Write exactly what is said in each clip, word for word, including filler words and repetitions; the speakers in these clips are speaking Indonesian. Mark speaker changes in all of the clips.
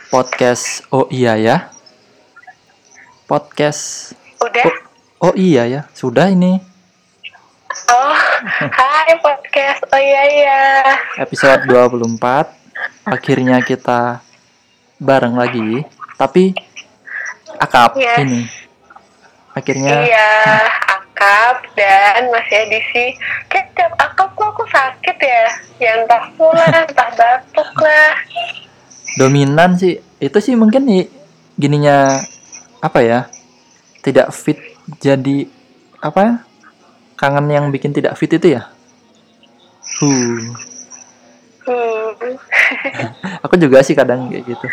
Speaker 1: podcast. Oh iya ya, podcast.
Speaker 2: Udah?
Speaker 1: Oh, oh iya ya, sudah ini
Speaker 2: Oh, hai podcast. Oh iya iya.
Speaker 1: episode dua puluh empat. Akhirnya kita bareng lagi, tapi akap
Speaker 2: Yes.
Speaker 1: ini. Akhirnya
Speaker 2: Iya, akap dan masih edisi. Kayak tiap akap kok aku sakit ya. Ya entah flu lah, entah batuk lah.
Speaker 1: dominan sih. Itu sih mungkin nih gininya apa ya? Tidak fit jadi apa ya? Kangen yang bikin tidak fit itu ya. Huh.
Speaker 2: Hmm.
Speaker 1: Aku juga sih kadang kayak gitu.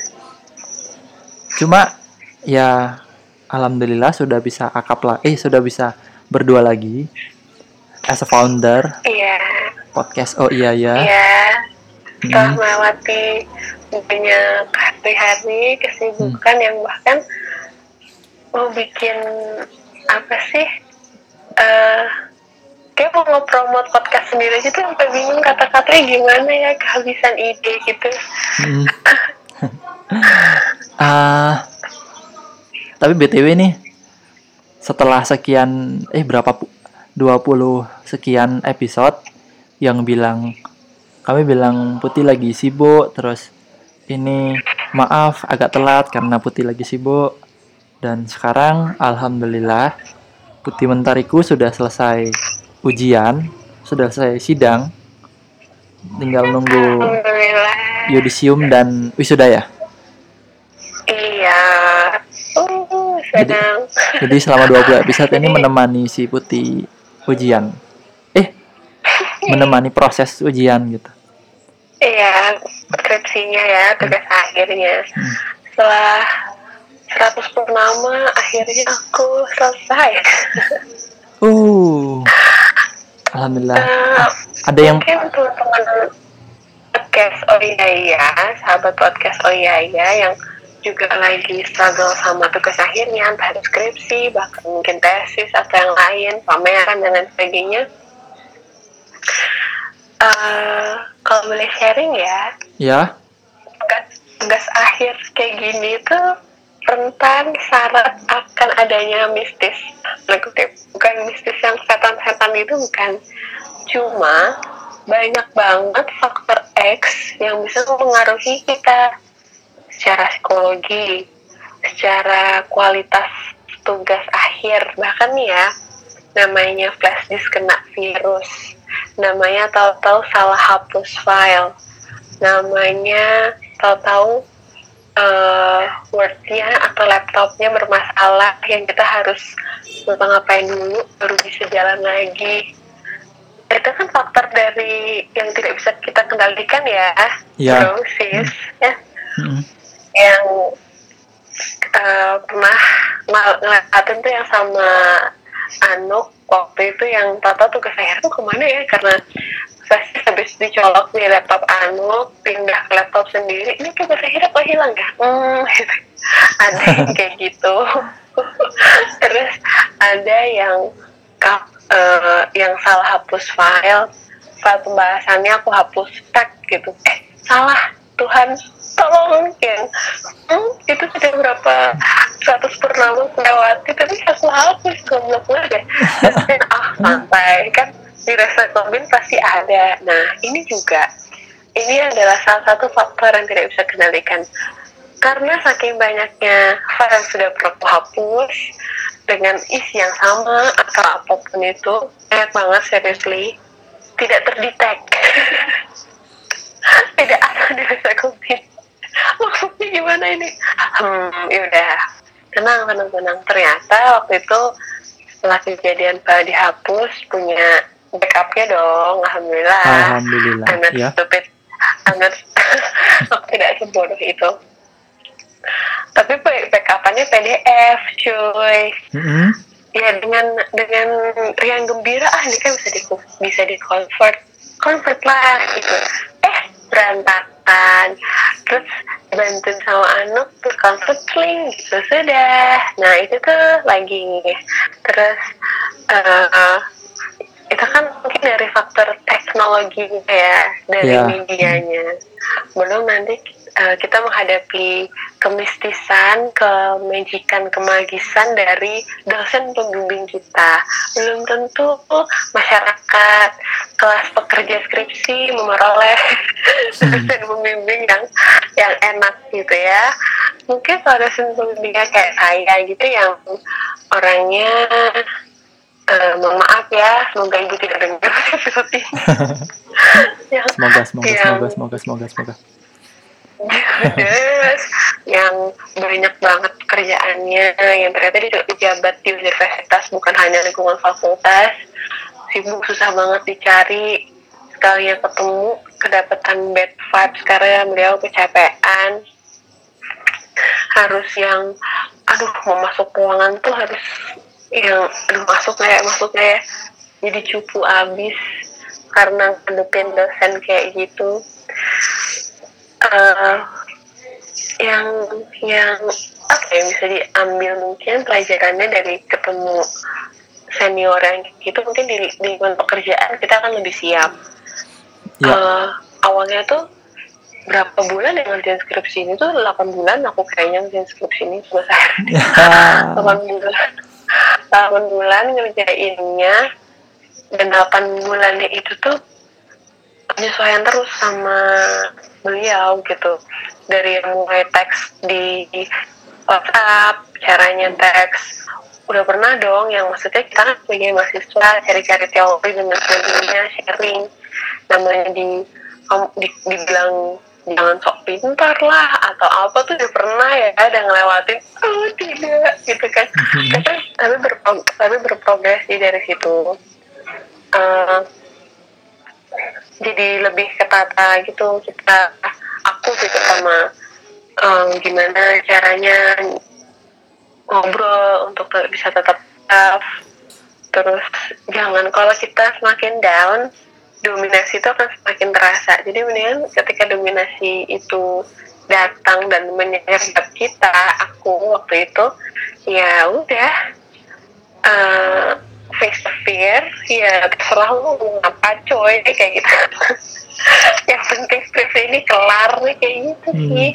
Speaker 1: Cuma ya alhamdulillah sudah bisa akap lah. Eh sudah bisa berdua lagi as a founder
Speaker 2: Iya.
Speaker 1: podcast. Oh iya ya.
Speaker 2: Iya. Setelah
Speaker 1: Hmm.
Speaker 2: melewati banyak hari-hari kesibukan
Speaker 1: Hmm.
Speaker 2: yang bahkan mau bikin apa sih? Eh kayak mau nge-promote podcast sendiri aja tuh sampai bingung kata-katanya gimana ya, kehabisan ide gitu.
Speaker 1: Hmm. Ah, tapi B T W nih, setelah sekian eh berapa pu- dua puluh sekian episode yang bilang kami bilang Putih lagi sibuk, terus ini maaf agak telat karena Putih lagi sibuk, dan sekarang alhamdulillah Putih Mentariku sudah selesai ujian, sudah selesai sidang, tinggal nunggu
Speaker 2: Alhamdulillah.
Speaker 1: yudisium dan wisuda ya.
Speaker 2: Iya. Uh,
Speaker 1: Jadi,
Speaker 2: sedang.
Speaker 1: jadi selama dua puluh episode ini menemani si Putih ujian. Eh, menemani proses ujian gitu.
Speaker 2: Iya, skripsinya ya, tugas akhirnya.
Speaker 1: Hmm.
Speaker 2: Setelah seratus purnama, akhirnya aku selesai.
Speaker 1: Uh. Alhamdulillah.
Speaker 2: Uh,
Speaker 1: Ah, ada yang
Speaker 2: mungkin teman-teman podcast Oh Iya Iya, sahabat podcast Oh Iya Iya yang juga lagi struggle sama tugas akhirnya, entah itu skripsi, bahkan mungkin tesis atau yang lain, pameran dan lain sebagainya. Uh, kalau boleh sharing ya,
Speaker 1: ya.
Speaker 2: tugas, tugas akhir kayak gini tuh rentan syarat akan adanya mistis. Kutip, bukan mistis yang setan-setan itu, bukan. Cuma banyak banget faktor X yang bisa mempengaruhi kita secara psikologi, secara kualitas tugas akhir. Bahkan nih ya, namanya flash disk kena virus, namanya tahu-tahu salah hapus file, namanya tahu-tahu uh, Word-nya atau laptopnya bermasalah yang kita harus ngapa-ngapain dulu baru bisa jalan lagi. Itu kan faktor dari yang tidak bisa kita kendalikan ya,
Speaker 1: Ya.
Speaker 2: bro, sis, ya.
Speaker 1: Hmm.
Speaker 2: Yang uh, pernah ngeliatin tuh yang sama Anuk waktu itu yang tahu tugas akhir tuh kemana ya, karena pasti habis dicolok di laptop Anuk pindah ke laptop sendiri, ini tugas akhirnya kok hilang ya, hmm, gitu. Ada yang kayak gitu. Terus ada yang uh, yang salah hapus file file pembahasannya, aku hapus tag gitu, eh salah, Tuhan tolong ya. Hmm, itu sudah berapa seratus purnama melewati tapi aku hapus, goblok banget ya. Dan ah santai kan, di recycling pasti ada. Nah ini juga, ini adalah salah satu faktor yang tidak bisa kendalikan, karena saking banyaknya file yang sudah pernah aku hapus dengan isi yang sama atau apapun itu, banyak banget, seriously, tidak terdetek. Tidak ada di recycling. Maksudnya gimana ini? Hmm, yaudah, tenang, tenang, tenang. Ternyata waktu itu setelah kejadian file dihapus, punya backupnya dong, alhamdulillah.
Speaker 1: Alhamdulillah.
Speaker 2: I'm not
Speaker 1: Ya.
Speaker 2: stupid, I'm not, aku tidak sebodoh itu. Tapi backupannya P D F, cuy.
Speaker 1: Hmm.
Speaker 2: Ya dengan dengan riang gembira, ah ini kan bisa di bisa di convert, convert lah gitu. Eh berantakan. Terus bantuin sama Anuk tuh convert link gitu, sudah. Nah itu tuh lagi. Terus uh, itu kan mungkin dari faktor teknologinya ya, dari
Speaker 1: Ya.
Speaker 2: medianya. Belum nanti uh, kita menghadapi kemistisan, kemajikan, kemagisan dari dosen pembimbing kita. Belum tentu masyarakat kelas pekerja skripsi memperoleh dosen pembimbing yang yang enak gitu ya. Mungkin kalau dosen pembimbingnya kayak saya gitu yang orangnya uh, mohon maaf ya, semoga ibu tidak dengar episode ini. yang,
Speaker 1: semoga semoga
Speaker 2: yang,
Speaker 1: semoga semoga semoga semoga
Speaker 2: Yes, yang banyak banget kerjaannya, yang ternyata dia juga pejabat di universitas, bukan hanya lingkungan fakultas. Sibuk, susah banget dicari. Sekali yang ketemu, kedapatan bad vibes karena beliau kecapean. Harus yang, aduh mau masuk ruangan tuh harus yang, aduh masuk nggak ya, masuk nggak ya. Jadi cupu abis karena ngadepin dosen kayak gitu. Uh, yang yang apa yang bisa diambil mungkin pelajarannya dari ketemu senior yang gitu, mungkin di lingkungan pekerjaan kita akan lebih siap. Ya. Uh, awalnya tuh berapa bulan yang ngerjain skripsi ini tuh delapan bulan aku kayaknya ngerjain skripsi ini selesai. delapan bulan delapan bulan ngerjainnya, dan delapan bulannya itu tuh penyesuaian terus sama beliau gitu, dari mulai teks di WhatsApp, caranya teks udah pernah dong, yang maksudnya kita kan sebagai mahasiswa cari-cari teori dan sebagainya, sharing, namanya di, di dibilang jangan sok pintar lah atau apa tuh udah pernah ya, ada ngelewatin oh tidak gitu kan. tapi tapi, berpro- tapi berprogresi dari situ. Uh, jadi lebih ketata gitu kita, aku gitu sama um, gimana caranya ngobrol untuk te- bisa tetap tough. Terus jangan, kalau kita semakin down, dominasi itu akan semakin terasa. Jadi mendingan ketika dominasi itu datang dan menyergap kita, aku waktu itu ya udah uh, face the fear, ya terserah lu ngomong apa coy, kayak gitu. Yang penting skripsi ini kelar nih, kayak gitu hmm. sih.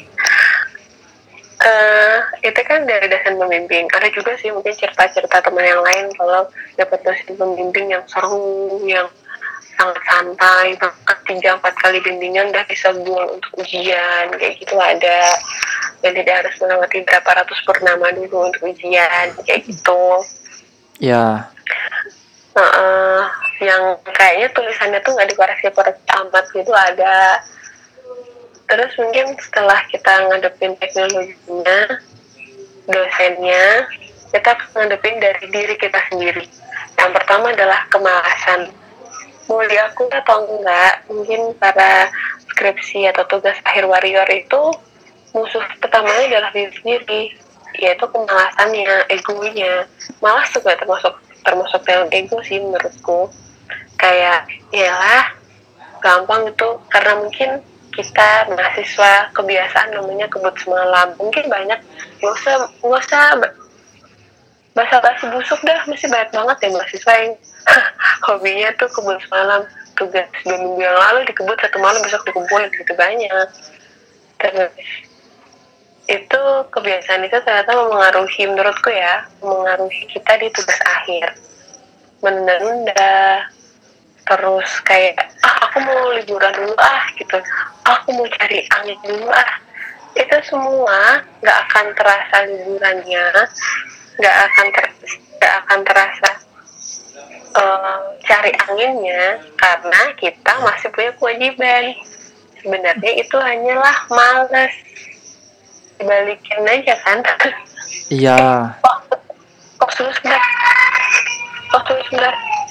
Speaker 2: Uh, itu kan dari dosen pembimbing. Ada juga sih mungkin cerita-cerita teman yang lain kalau dapat dosen pembimbing yang seru, yang sangat santai, bahkan tiga empat kali bimbingan udah bisa buang untuk ujian, kayak gitu ada. Dan tidak harus melewati berapa ratus purnama dulu untuk ujian, kayak gitu.
Speaker 1: Ya.
Speaker 2: Uh, uh, yang kayaknya tulisannya tuh nggak dikoreksi-koreksi amat gitu ada. Terus mungkin setelah kita ngadepin teknologinya, dosennya, kita ngadepin dari diri kita sendiri. Yang pertama adalah kemalasan. Mau diakui atau enggak, mungkin para skripsi atau tugas akhir warrior itu musuh pertamanya adalah diri sendiri, yaitu kemalasannya, egonya. Malas juga termasuk termasuk dalam ego sih menurutku. Kayak yalah gampang itu, karena mungkin kita mahasiswa kebiasaan namanya kebut semalam. Mungkin banyak, nggak usah nggak usah basa-basi busuk dah, masih banyak banget ya mahasiswa yang hobinya tuh kebut semalam, tugas dua minggu yang lalu dikebut satu malam, besok dikumpulin gitu, banyak. Terus itu kebiasaan itu ternyata mempengaruhi, menurutku ya, mempengaruhi kita di tugas akhir, menunda-nunda. Terus kayak ah aku mau liburan dulu ah gitu, aku mau cari angin dulu ah. Itu semua nggak akan terasa liburannya, nggak akan ter, nggak akan terasa uh, cari anginnya, karena kita masih punya kewajiban. Sebenarnya itu hanyalah malas, dibalikin aja kan.
Speaker 1: Iya.
Speaker 2: Kok kok terus enggak kok terus enggak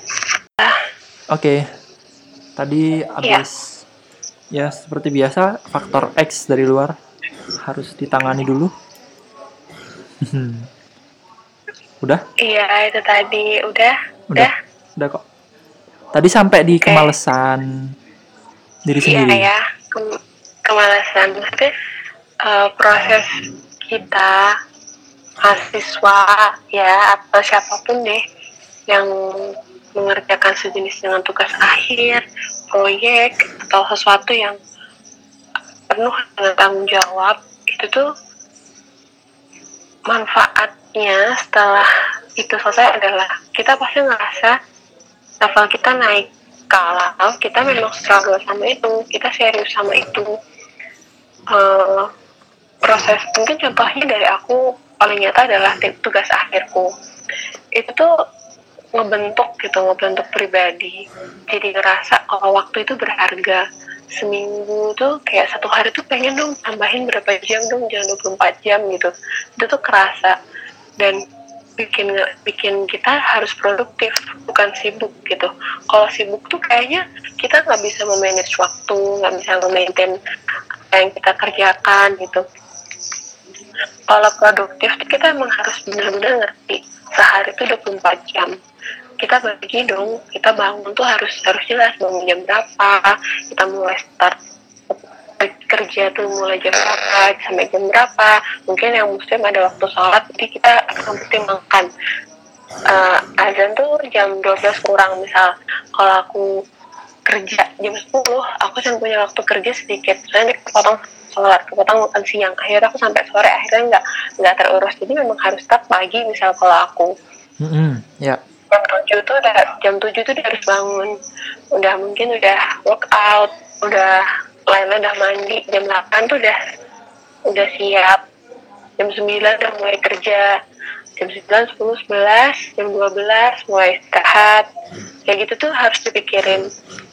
Speaker 1: Oke, tadi habis ya. ya seperti biasa faktor X dari luar harus ditangani dulu. Udah?
Speaker 2: Iya itu tadi udah.
Speaker 1: Udah. Udah, udah kok. Tadi sampai di okay. kemalasan diri sendiri.
Speaker 2: Iya ya, Kem- kemalasan. Maksudnya uh, proses kita mahasiswa ya atau siapapun deh yang mengerjakan sejenis dengan tugas akhir, proyek, atau sesuatu yang penuh dengan tanggung jawab, itu tuh manfaatnya setelah itu selesai adalah kita pasti ngerasa level kita naik kalau kita memang struggle sama itu, kita serius sama itu. Uh, proses mungkin contohnya dari aku paling nyata adalah tugas akhirku. Itu tuh ngebentuk gitu, ngebentuk pribadi. Jadi ngerasa kalau waktu itu berharga. Seminggu tuh kayak satu hari tuh pengen dong tambahin berapa jam dong, jangan dua puluh empat jam gitu. Itu tuh kerasa dan bikin bikin kita harus produktif, bukan sibuk gitu. Kalau sibuk tuh kayaknya kita nggak bisa memanage waktu, nggak bisa memaintain apa yang kita kerjakan gitu. Kalau produktif tuh kita emang harus benar-benar ngerti sehari itu dua puluh empat jam. Kita bagi dong, kita bangun tuh harus harus jelas bangun jam berapa, kita mulai start kerja tuh mulai jam berapa sampai jam berapa. Mungkin yang muslim ada waktu sholat, jadi kita akan pertimbangkan uh, azan tuh jam dua belas kurang misal. Kalau aku kerja jam sepuluh, aku cuma punya waktu kerja sedikit, soalnya kepotong sholat, kepotong makan siang, akhirnya aku sampai sore akhirnya nggak nggak terurus. Jadi memang harus start pagi misal kalau aku.
Speaker 1: Mm-hmm. Ya.
Speaker 2: Jam tujuh tuh udah jam tujuh tuh udah harus bangun, udah mungkin udah workout, udah lainnya udah mandi, jam delapan tuh udah udah siap, jam sembilan udah mulai kerja, jam sembilan, sepuluh, sebelas, jam dua belas mulai istirahat, kayak gitu tuh harus dipikirin.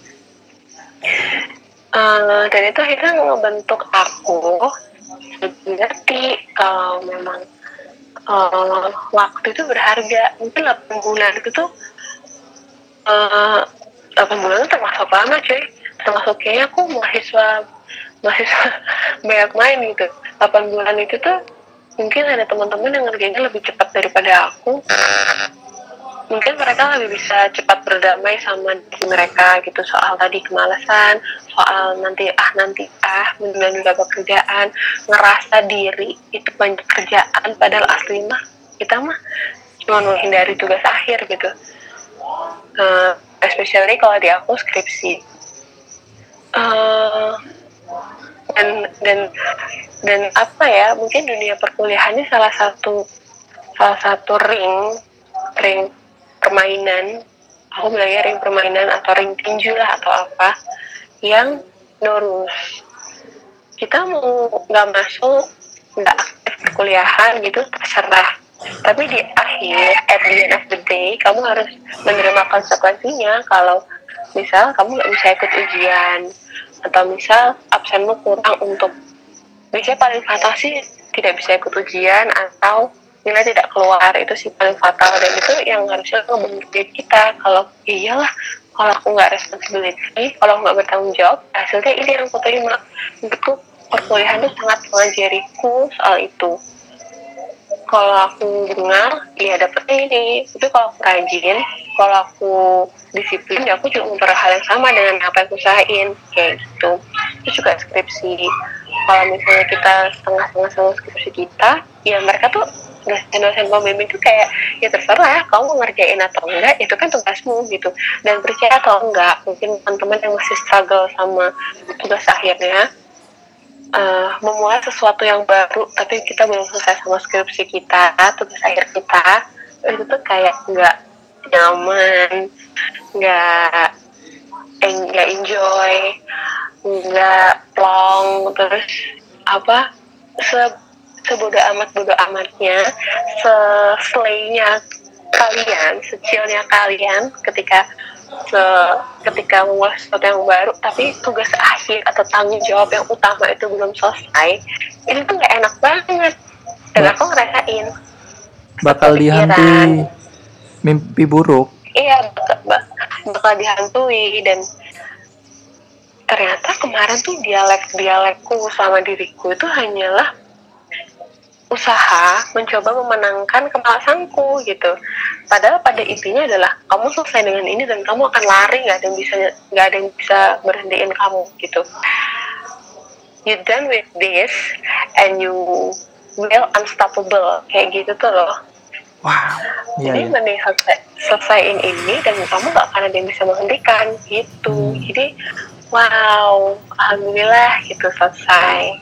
Speaker 2: Uh, dan itu akhirnya ngebentuk aku ngerti kalau memang uh, waktu itu berharga. Mungkin delapan bulan itu tuh uh, delapan bulan itu termasuk lama cuy, termasuk kayaknya aku mahasiswa mahasiswa banyak main gitu. Delapan bulan itu tuh mungkin ada teman-teman yang ngerjainnya lebih cepat daripada aku. Mungkin mereka lebih bisa cepat berdamai sama diri mereka gitu, soal tadi kemalasan, soal nanti ah nanti ah benar juga pekerjaan, ngerasa diri itu banyak kerjaan padahal asli mah kita mah cuma menghindari tugas akhir gitu. Uh, especially kalau di aku skripsi. Uh, dan dan dan apa ya, mungkin dunia perkuliahannya salah satu salah satu ring ring permainan, aku bilangnya ring permainan atau ring tinju lah atau apa, yang lurus. Kita mau nggak masuk, nggak aktif perkuliahan gitu terserah. Tapi di akhir, at the end of the day, kamu harus menerima konsekuensinya. Kalau misal kamu nggak bisa ikut ujian, atau misal absenmu kurang untuk, biasanya paling fatal sih tidak bisa ikut ujian atau nilai tidak keluar, itu sih paling fatal. Dan itu yang harusnya ngebentuk kita kalau iyalah kalau aku nggak responsibility, kalau nggak bertanggung jawab, hasilnya ini yang aku terima. Menurutku perkuliahan itu sangat mengajariku soal itu. Kalau aku dengar, ya dapetnya ini. Tapi kalau aku rajin, kalau aku disiplin, ya aku juga memperoleh hal yang sama dengan apa yang aku usahain, kayak gitu. Itu juga skripsi. Kalau misalnya kita setengah-setengah sama skripsi kita, ya mereka tuh dosen-dosen pembimbing itu kayak ya terserah kamu ngerjain atau enggak, itu kan tugasmu gitu. Dan percaya atau enggak, mungkin teman-teman yang masih struggle sama tugas akhirnya, uh, memulai sesuatu yang baru tapi kita belum selesai sama skripsi kita, tugas akhir kita, itu tuh kayak nggak nyaman, nggak nggak enjoy, nggak plong, terus apa se sebodoh amat bodoh amatnya, se-slaynya kalian, secilnya kalian ketika se ketika memulai sesuatu yang baru tapi tugas akhir atau tanggung jawab yang utama itu belum selesai, ini tuh nggak enak banget. Dan aku ngerasain
Speaker 1: bakal dihantui mimpi buruk.
Speaker 2: Iya, bakal, bakal dihantui. Dan ternyata kemarin tuh dialek-dialekku sama diriku itu hanyalah usaha mencoba memenangkan kemalasanku gitu. Padahal pada intinya adalah kamu selesai dengan ini dan kamu akan lari, nggak ada yang bisa nggak ada yang bisa berhentiin kamu gitu. You done with this and you will unstoppable, kayak gitu tuh loh.
Speaker 1: Wow.
Speaker 2: Jadi
Speaker 1: Iya, iya.
Speaker 2: mending selesai, selesaiin ini dan kamu nggak akan ada yang bisa menghentikan gitu. Hmm. Jadi wow, alhamdulillah gitu selesai.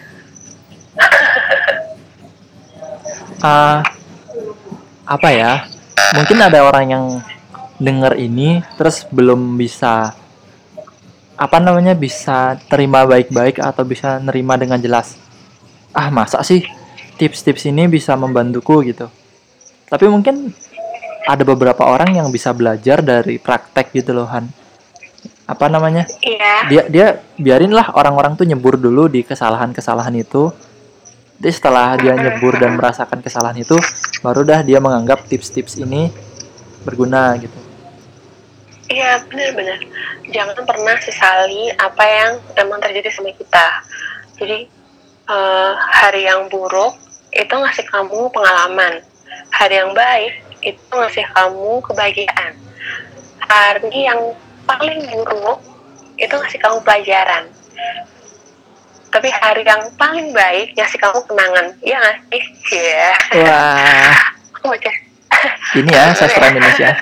Speaker 1: uh, apa ya, mungkin ada orang yang denger ini terus belum bisa apa namanya bisa terima baik-baik atau bisa nerima dengan jelas. Ah, masa sih tips-tips ini bisa membantuku gitu. Tapi mungkin ada beberapa orang yang bisa belajar dari praktek gitu loh, Han. Apa namanya?
Speaker 2: Iya.
Speaker 1: Dia dia biarinlah orang-orang tuh nyebur dulu di kesalahan-kesalahan itu. Jadi setelah dia nyebur dan merasakan kesalahan itu, baru dah dia menganggap tips-tips ini berguna gitu.
Speaker 2: Iya, benar-benar. Jangan pernah sesali apa yang emang terjadi sama kita. Jadi uh, hari yang buruk itu ngasih kamu pengalaman. Hari yang baik itu ngasih kamu kebahagiaan. Hari yang paling buruk itu ngasih kamu pelajaran. Tapi hari yang paling baik ngasih kamu kenangan. Iya nggak sih? Iya.
Speaker 1: Wah.
Speaker 2: Oke.
Speaker 1: Ini ya sastra Indonesia.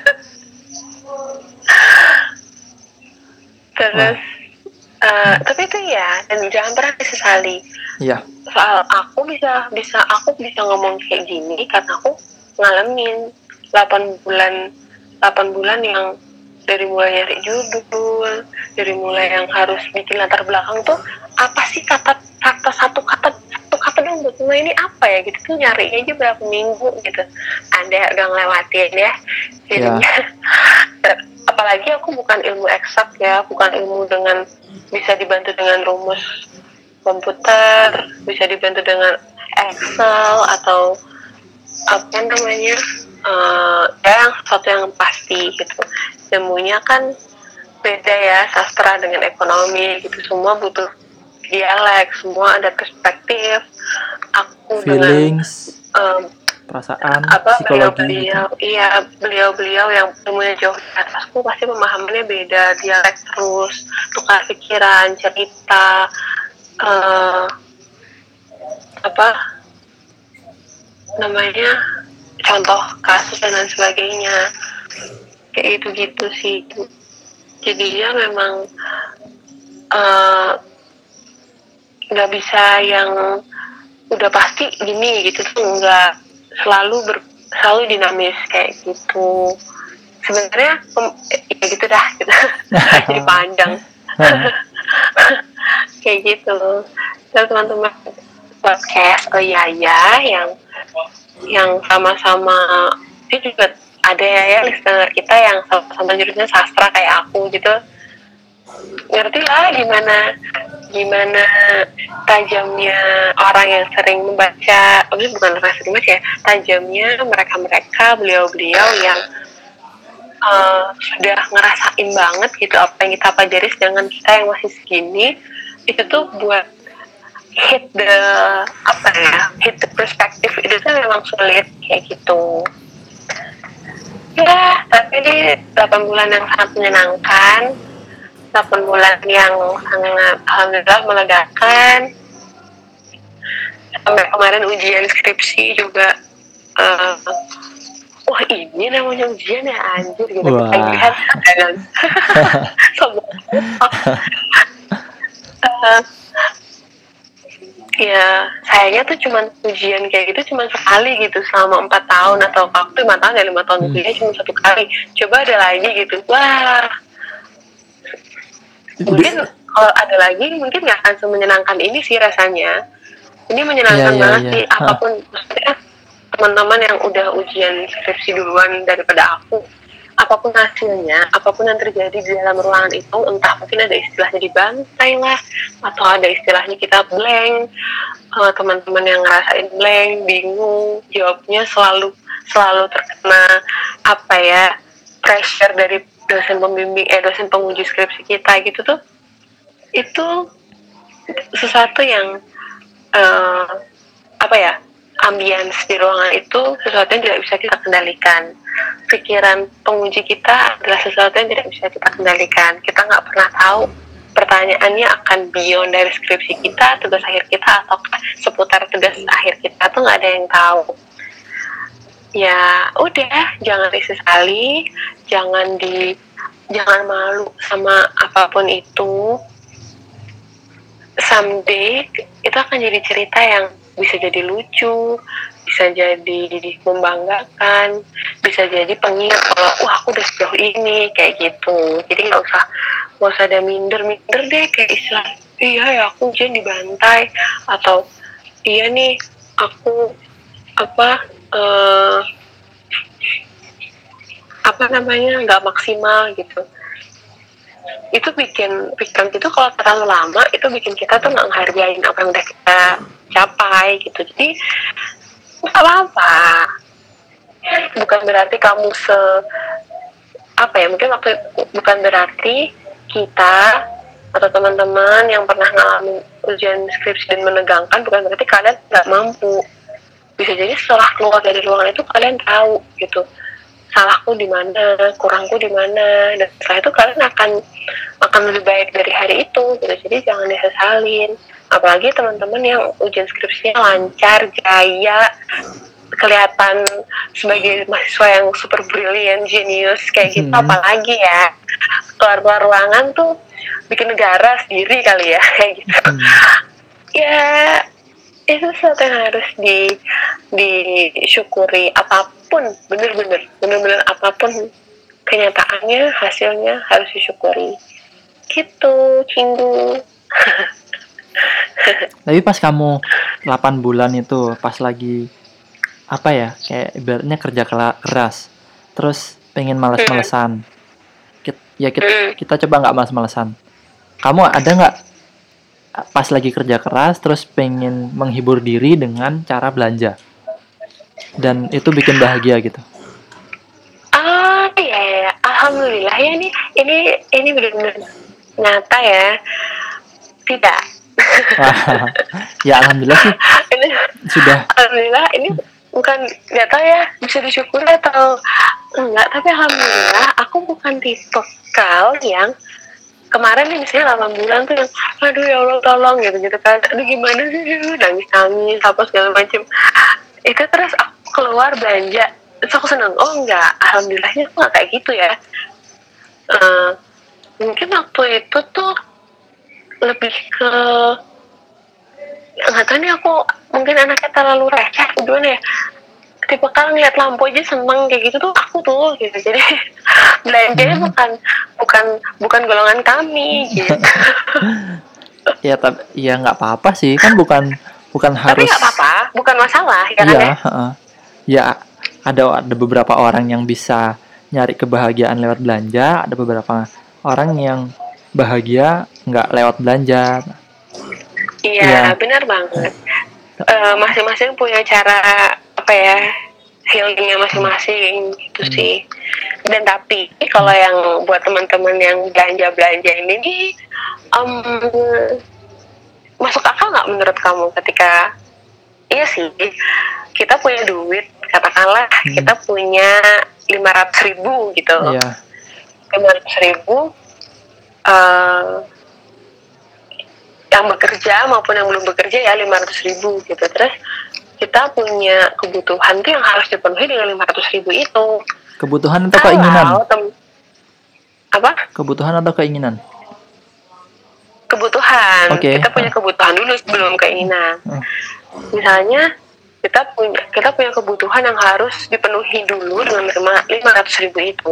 Speaker 2: Terus, uh, tapi itu ya, dan jangan pernah disesali.
Speaker 1: Iya.
Speaker 2: Soal aku bisa, bisa aku bisa ngomong kayak gini karena aku ngalamin delapan bulan, delapan bulan yang dari mulai nyari judul, dari mulai yang harus bikin latar belakang tuh apa sih kata kata satu kata satu kata dong buat mulai ini apa ya gitu tuh nyari aja berapa minggu gitu. Anda udah ngelewatin ya, jadinya. Ya. Apalagi aku bukan ilmu eksak ya, bukan ilmu dengan bisa dibantu dengan rumus komputer, bisa dibantu dengan Excel atau apa namanya uh, ya sesuatu yang pasti gitu. Ilmunya kan beda ya, sastra dengan ekonomi gitu, semua butuh dialek, semua ada perspektif. Aku
Speaker 1: feelings,
Speaker 2: dengan um,
Speaker 1: perasaan,
Speaker 2: apa
Speaker 1: psikologi
Speaker 2: beliau-beliau,
Speaker 1: gitu.
Speaker 2: iya beliau-beliau yang ilmunya jauh di atasku pasti pemahamannya beda, dialek terus, tukar pikiran, cerita, uh, apa namanya, contoh kasus dan lain sebagainya, kayak gitu-gitu sih. Jadinya memang nggak uh, bisa yang udah pasti gini gitu tuh, nggak, selalu ber selalu dinamis kayak gitu. Sebenarnya ya gitu dah gitu. Jadi panjang. Kayak gitu. Terus teman-teman podcast oh iya ya yang yang sama-sama dia juga ada ya listener kita yang sama-sama jurusannya sastra kayak aku gitu. Ngerti lah gimana gimana tajamnya orang yang sering membaca, maksudnya bukan orang sering membaca ya, tajamnya mereka-mereka, beliau-beliau yang uh, sudah ngerasain banget gitu apa yang kita pelajari, sedangkan kita yang masih segini, itu tuh buat hit the, apa ya, hit the perspective itu tuh memang sulit kayak gitu. Ya, tapi ini delapan bulan yang sangat menyenangkan, delapan bulan yang sangat alhamdulillah melegakan. Sampai kemarin ujian skripsi juga uh, wah ini namanya ujian ya anjir gitu. Kita lihat dengan uh, ya sayangnya tuh cuma ujian kayak gitu cuma sekali gitu selama empat tahun atau waktu lima tahun ya lima tahun kuliah hmm. cuma satu kali. Coba ada lagi gitu, wah mungkin kalau ada lagi mungkin nggak akan semenyenangkan ini sih rasanya. Ini menyenangkan yeah, banget yeah, sih yeah. Apapun maksudnya teman-teman yang udah ujian skripsi duluan daripada aku, apapun hasilnya, apapun yang terjadi di dalam ruangan itu, entah mungkin ada istilahnya dibantai lah atau ada istilahnya kita blank, uh, teman-teman yang ngerasain blank, bingung, jawabnya selalu selalu terkena apa ya pressure dari dosen pembimbing eh dosen penguji skripsi kita gitu tuh, itu sesuatu yang uh, apa ya, ambience di ruangan itu sesuatu yang tidak bisa kita kendalikan. Pikiran penguji kita adalah sesuatu yang tidak bisa kita kendalikan. Kita nggak pernah tahu pertanyaannya akan beyond dari skripsi kita, tugas akhir kita, atau seputar tugas akhir kita tuh nggak ada yang tahu. Ya udah, jangan disesali, jangan di jangan malu sama apapun itu. Someday itu akan jadi cerita yang bisa jadi lucu, bisa jadi membanggakan, bisa jadi pengingat kalau wah aku udah sejauh ini kayak gitu. Jadi nggak usah nggak usah ada minder-minder deh, kayak istilah iya ya aku ujian dibantai, atau iya nih aku apa uh, apa namanya nggak maksimal gitu. Itu bikin pikiran itu kalau terlalu lama itu bikin kita tuh nggak menghargain apa yang udah kita capai gitu. Jadi nggak apa-apa, bukan berarti kamu se apa ya mungkin waktu bukan berarti kita atau teman-teman yang pernah ngalamin ujian skripsi dan menegangkan bukan berarti kalian nggak mampu. Bisa jadi setelah keluar dari ruangan itu kalian tahu gitu salahku di mana, kurangku di mana, dan setelah itu kalian akan akan lebih baik dari hari itu gitu. Jadi jangan disesalin, apalagi teman-teman yang ujian skripsinya lancar, jaya, kelihatan sebagai mahasiswa yang super brilliant, genius kayak gitu. Hmm. Apalagi ya keluar-keluar ruangan tuh bikin negara sendiri kali ya kayak gitu. Hmm. Ya itu sesuatu yang harus di disyukuri, apapun bener-bener bener-bener apapun kenyataannya, hasilnya harus disyukuri gitu, Cinggu.
Speaker 1: Tapi pas kamu delapan bulan itu pas lagi apa ya kayak ibaratnya kerja keras terus pengen malas-malesan, ya kita, kita coba nggak malas-malesan, kamu ada nggak pas lagi kerja keras terus pengen menghibur diri dengan cara belanja dan itu bikin bahagia gitu?
Speaker 2: Ah ya, ya, alhamdulillah ya ini ini ini benar-benar nyata ya. Tidak.
Speaker 1: Ya alhamdulillah sih.
Speaker 2: Ini,
Speaker 1: sudah.
Speaker 2: Alhamdulillah ini bukan nggak tahu ya bisa disyukuri atau enggak, tapi alhamdulillah aku bukan tipe kal yang kemarin nih misalnya delapan bulan tuh yang aduh ya Allah tolong gitu gitu kan, aduh gimana sih nangis nangis apa segala macam itu, terus aku keluar belanja terus aku seneng. Oh enggak, alhamdulillahnya aku nggak kayak gitu ya. Uh, mungkin waktu itu tuh lebih ke nggak tahu nih, aku mungkin anaknya terlalu receh gimana ya, tipe kan ngeliat lampu aja seneng kayak gitu tuh aku tuh gitu. Jadi belanjanya hmm. bukan bukan bukan golongan kami gitu.
Speaker 1: Ya tapi ya nggak apa-apa sih, kan bukan bukan harus.
Speaker 2: Tapi nggak apa-apa, bukan masalah ya kan
Speaker 1: ya,
Speaker 2: ya.
Speaker 1: Uh, ya ada ada beberapa orang yang bisa nyari kebahagiaan lewat belanja, ada beberapa orang yang bahagia nggak lewat belanja.
Speaker 2: Iya ya. Benar banget. Uh, masing-masing punya cara apa ya, healingnya masing-masing gitu hmm. sih. Dan tapi kalau yang buat teman-teman yang belanja-belanja ini nih, um, masuk akal nggak menurut kamu ketika iya sih kita punya duit, katakanlah hmm. kita punya lima ratus ribu gitu,
Speaker 1: yeah.
Speaker 2: lima ratus ribu uh, yang bekerja maupun yang belum bekerja ya lima ratus ribu gitu. Terus kita punya kebutuhan tuh yang harus dipenuhi dengan lima ratus ribu itu.
Speaker 1: Kebutuhan atau kalau keinginan?
Speaker 2: Tem- apa?
Speaker 1: Kebutuhan atau keinginan?
Speaker 2: Kebutuhan.
Speaker 1: Okay.
Speaker 2: Kita punya kebutuhan dulu sebelum keinginan. Hmm. Misalnya kita punya kita punya kebutuhan yang harus dipenuhi dulu dengan lima ratus ribu itu.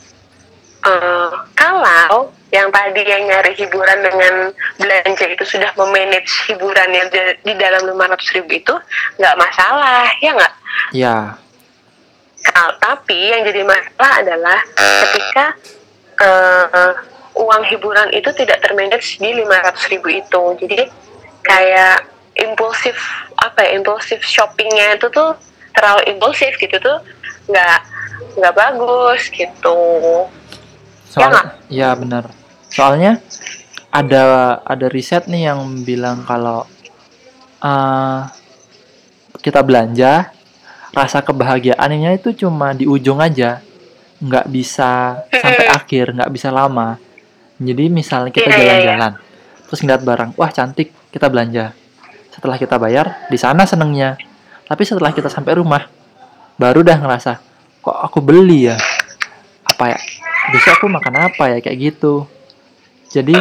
Speaker 2: Uh, kalau yang tadi yang nyari hiburan dengan belanja itu sudah memanage hiburannya di, di dalam lima ratus ribu itu nggak masalah, ya nggak?
Speaker 1: Ya.
Speaker 2: Nah, tapi yang jadi masalah adalah ketika uh, uang hiburan itu tidak termanage di lima ratus ribu itu. Jadi kayak impulsif apa ya, impulsif shoppingnya itu tuh terlalu impulsif gitu tuh nggak nggak bagus gitu.
Speaker 1: Soal, ya, ya benar. Soalnya ada ada riset nih yang bilang kalau uh, kita belanja, rasa kebahagiaannya itu cuma di ujung aja, nggak bisa sampai akhir, nggak bisa lama. Jadi misalnya kita jalan-jalan, terus ngeliat barang, wah cantik, kita belanja. Setelah kita bayar, di sana senengnya. Tapi setelah kita sampai rumah, baru dah ngerasa, kok aku beli ya? Apa ya? besok aku makan apa ya, kayak gitu. Jadi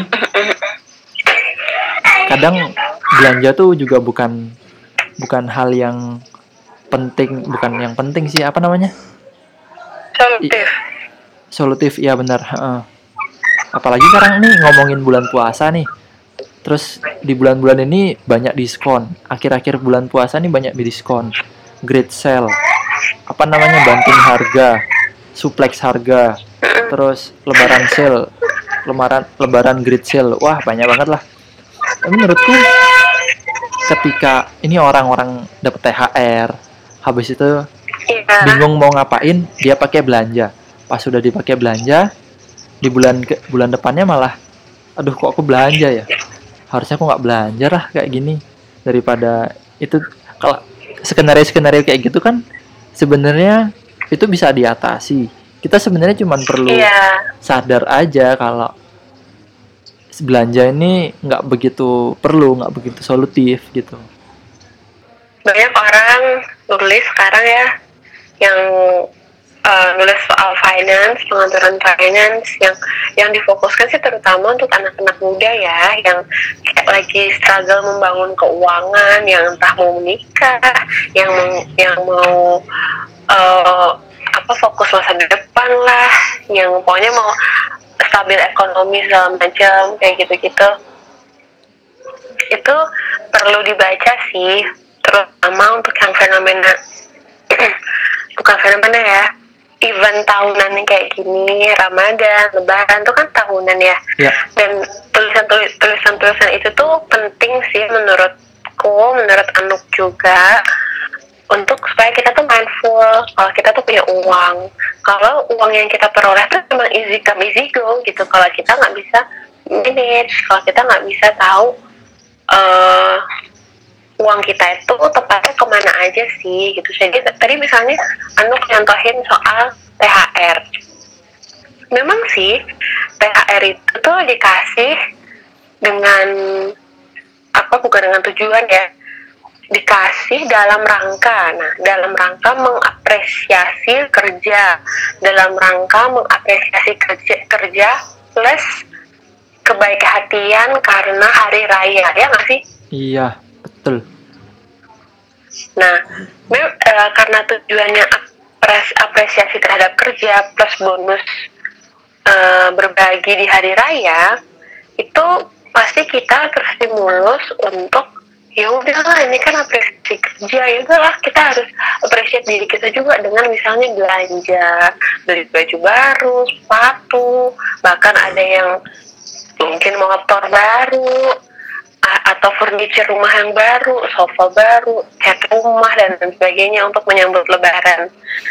Speaker 1: kadang belanja tuh juga bukan bukan hal yang penting, bukan yang penting sih, apa namanya, I,
Speaker 2: Solutif.
Speaker 1: solutif, ya benar. Heeh. Apalagi sekarang nih ngomongin bulan puasa nih, terus di bulan-bulan ini banyak diskon, akhir-akhir bulan puasa nih banyak diskon, great sale, apa namanya, banting harga, suplex harga, terus lebaran sale, lebaran lebaran great sale, wah banyak banget lah. Menurutku ketika ini orang-orang dapat T H R, habis itu
Speaker 2: Iya.
Speaker 1: bingung mau ngapain, dia pakai belanja. Pas sudah dipakai belanja, di bulan ke, bulan depannya malah, aduh kok aku belanja ya? Harusnya aku nggak belanja lah kayak gini. Daripada itu, kalau skenario-skenario kayak gitu kan sebenarnya itu bisa diatasi. Kita sebenarnya cuma perlu
Speaker 2: Iya.
Speaker 1: sadar aja kalau belanja ini nggak begitu perlu, nggak begitu solutif gitu.
Speaker 2: Banyak orang nulis sekarang ya yang uh, nulis soal finance, pengaturan finance yang yang difokuskan sih terutama untuk anak-anak muda ya, yang kayak lagi struggle membangun keuangan, yang entah mau menikah, yang yang mau uh, apa fokus masa depan lah, yang pokoknya mau stabil ekonomi segala macam kayak gitu-gitu. Itu perlu dibaca sih, terutama untuk yang fenomena bukan fenomena ya, event tahunan kayak gini, Ramadan, Lebaran itu kan tahunan ya.
Speaker 1: Ya.
Speaker 2: Dan tulisan-tulisan itu tuh penting sih menurutku, menurut Anuk juga, untuk supaya kita tuh mindful kalau kita tuh punya uang. Kalau uang yang kita peroleh tuh memang easy come easy go gitu. Kalau kita nggak bisa manage, kalau kita nggak bisa tahu uh, uang kita itu tepatnya kemana aja sih gitu. Jadi tadi misalnya Anuk nyontohin soal T H R. Memang sih T H R itu tuh dikasih dengan apa, bukan dengan tujuan ya, dikasih dalam rangka, nah dalam rangka mengapresiasi kerja, dalam rangka mengapresiasi kerja, kerja plus kebaik-hatian karena hari raya, ya nggak sih?
Speaker 1: Iya, betul.
Speaker 2: Nah, mem- e, karena tujuannya apres, apresiasi terhadap kerja plus bonus e, berbagi di hari raya, itu pasti kita terstimulus untuk ya udahlah ini kan apresiasi kerja, ya udahlah kita harus appreciate diri kita juga dengan misalnya belanja, beli baju baru, sepatu, bahkan ada yang mungkin motor baru atau furniture rumah yang baru, sofa baru, cat rumah dan sebagainya untuk menyambut Lebaran.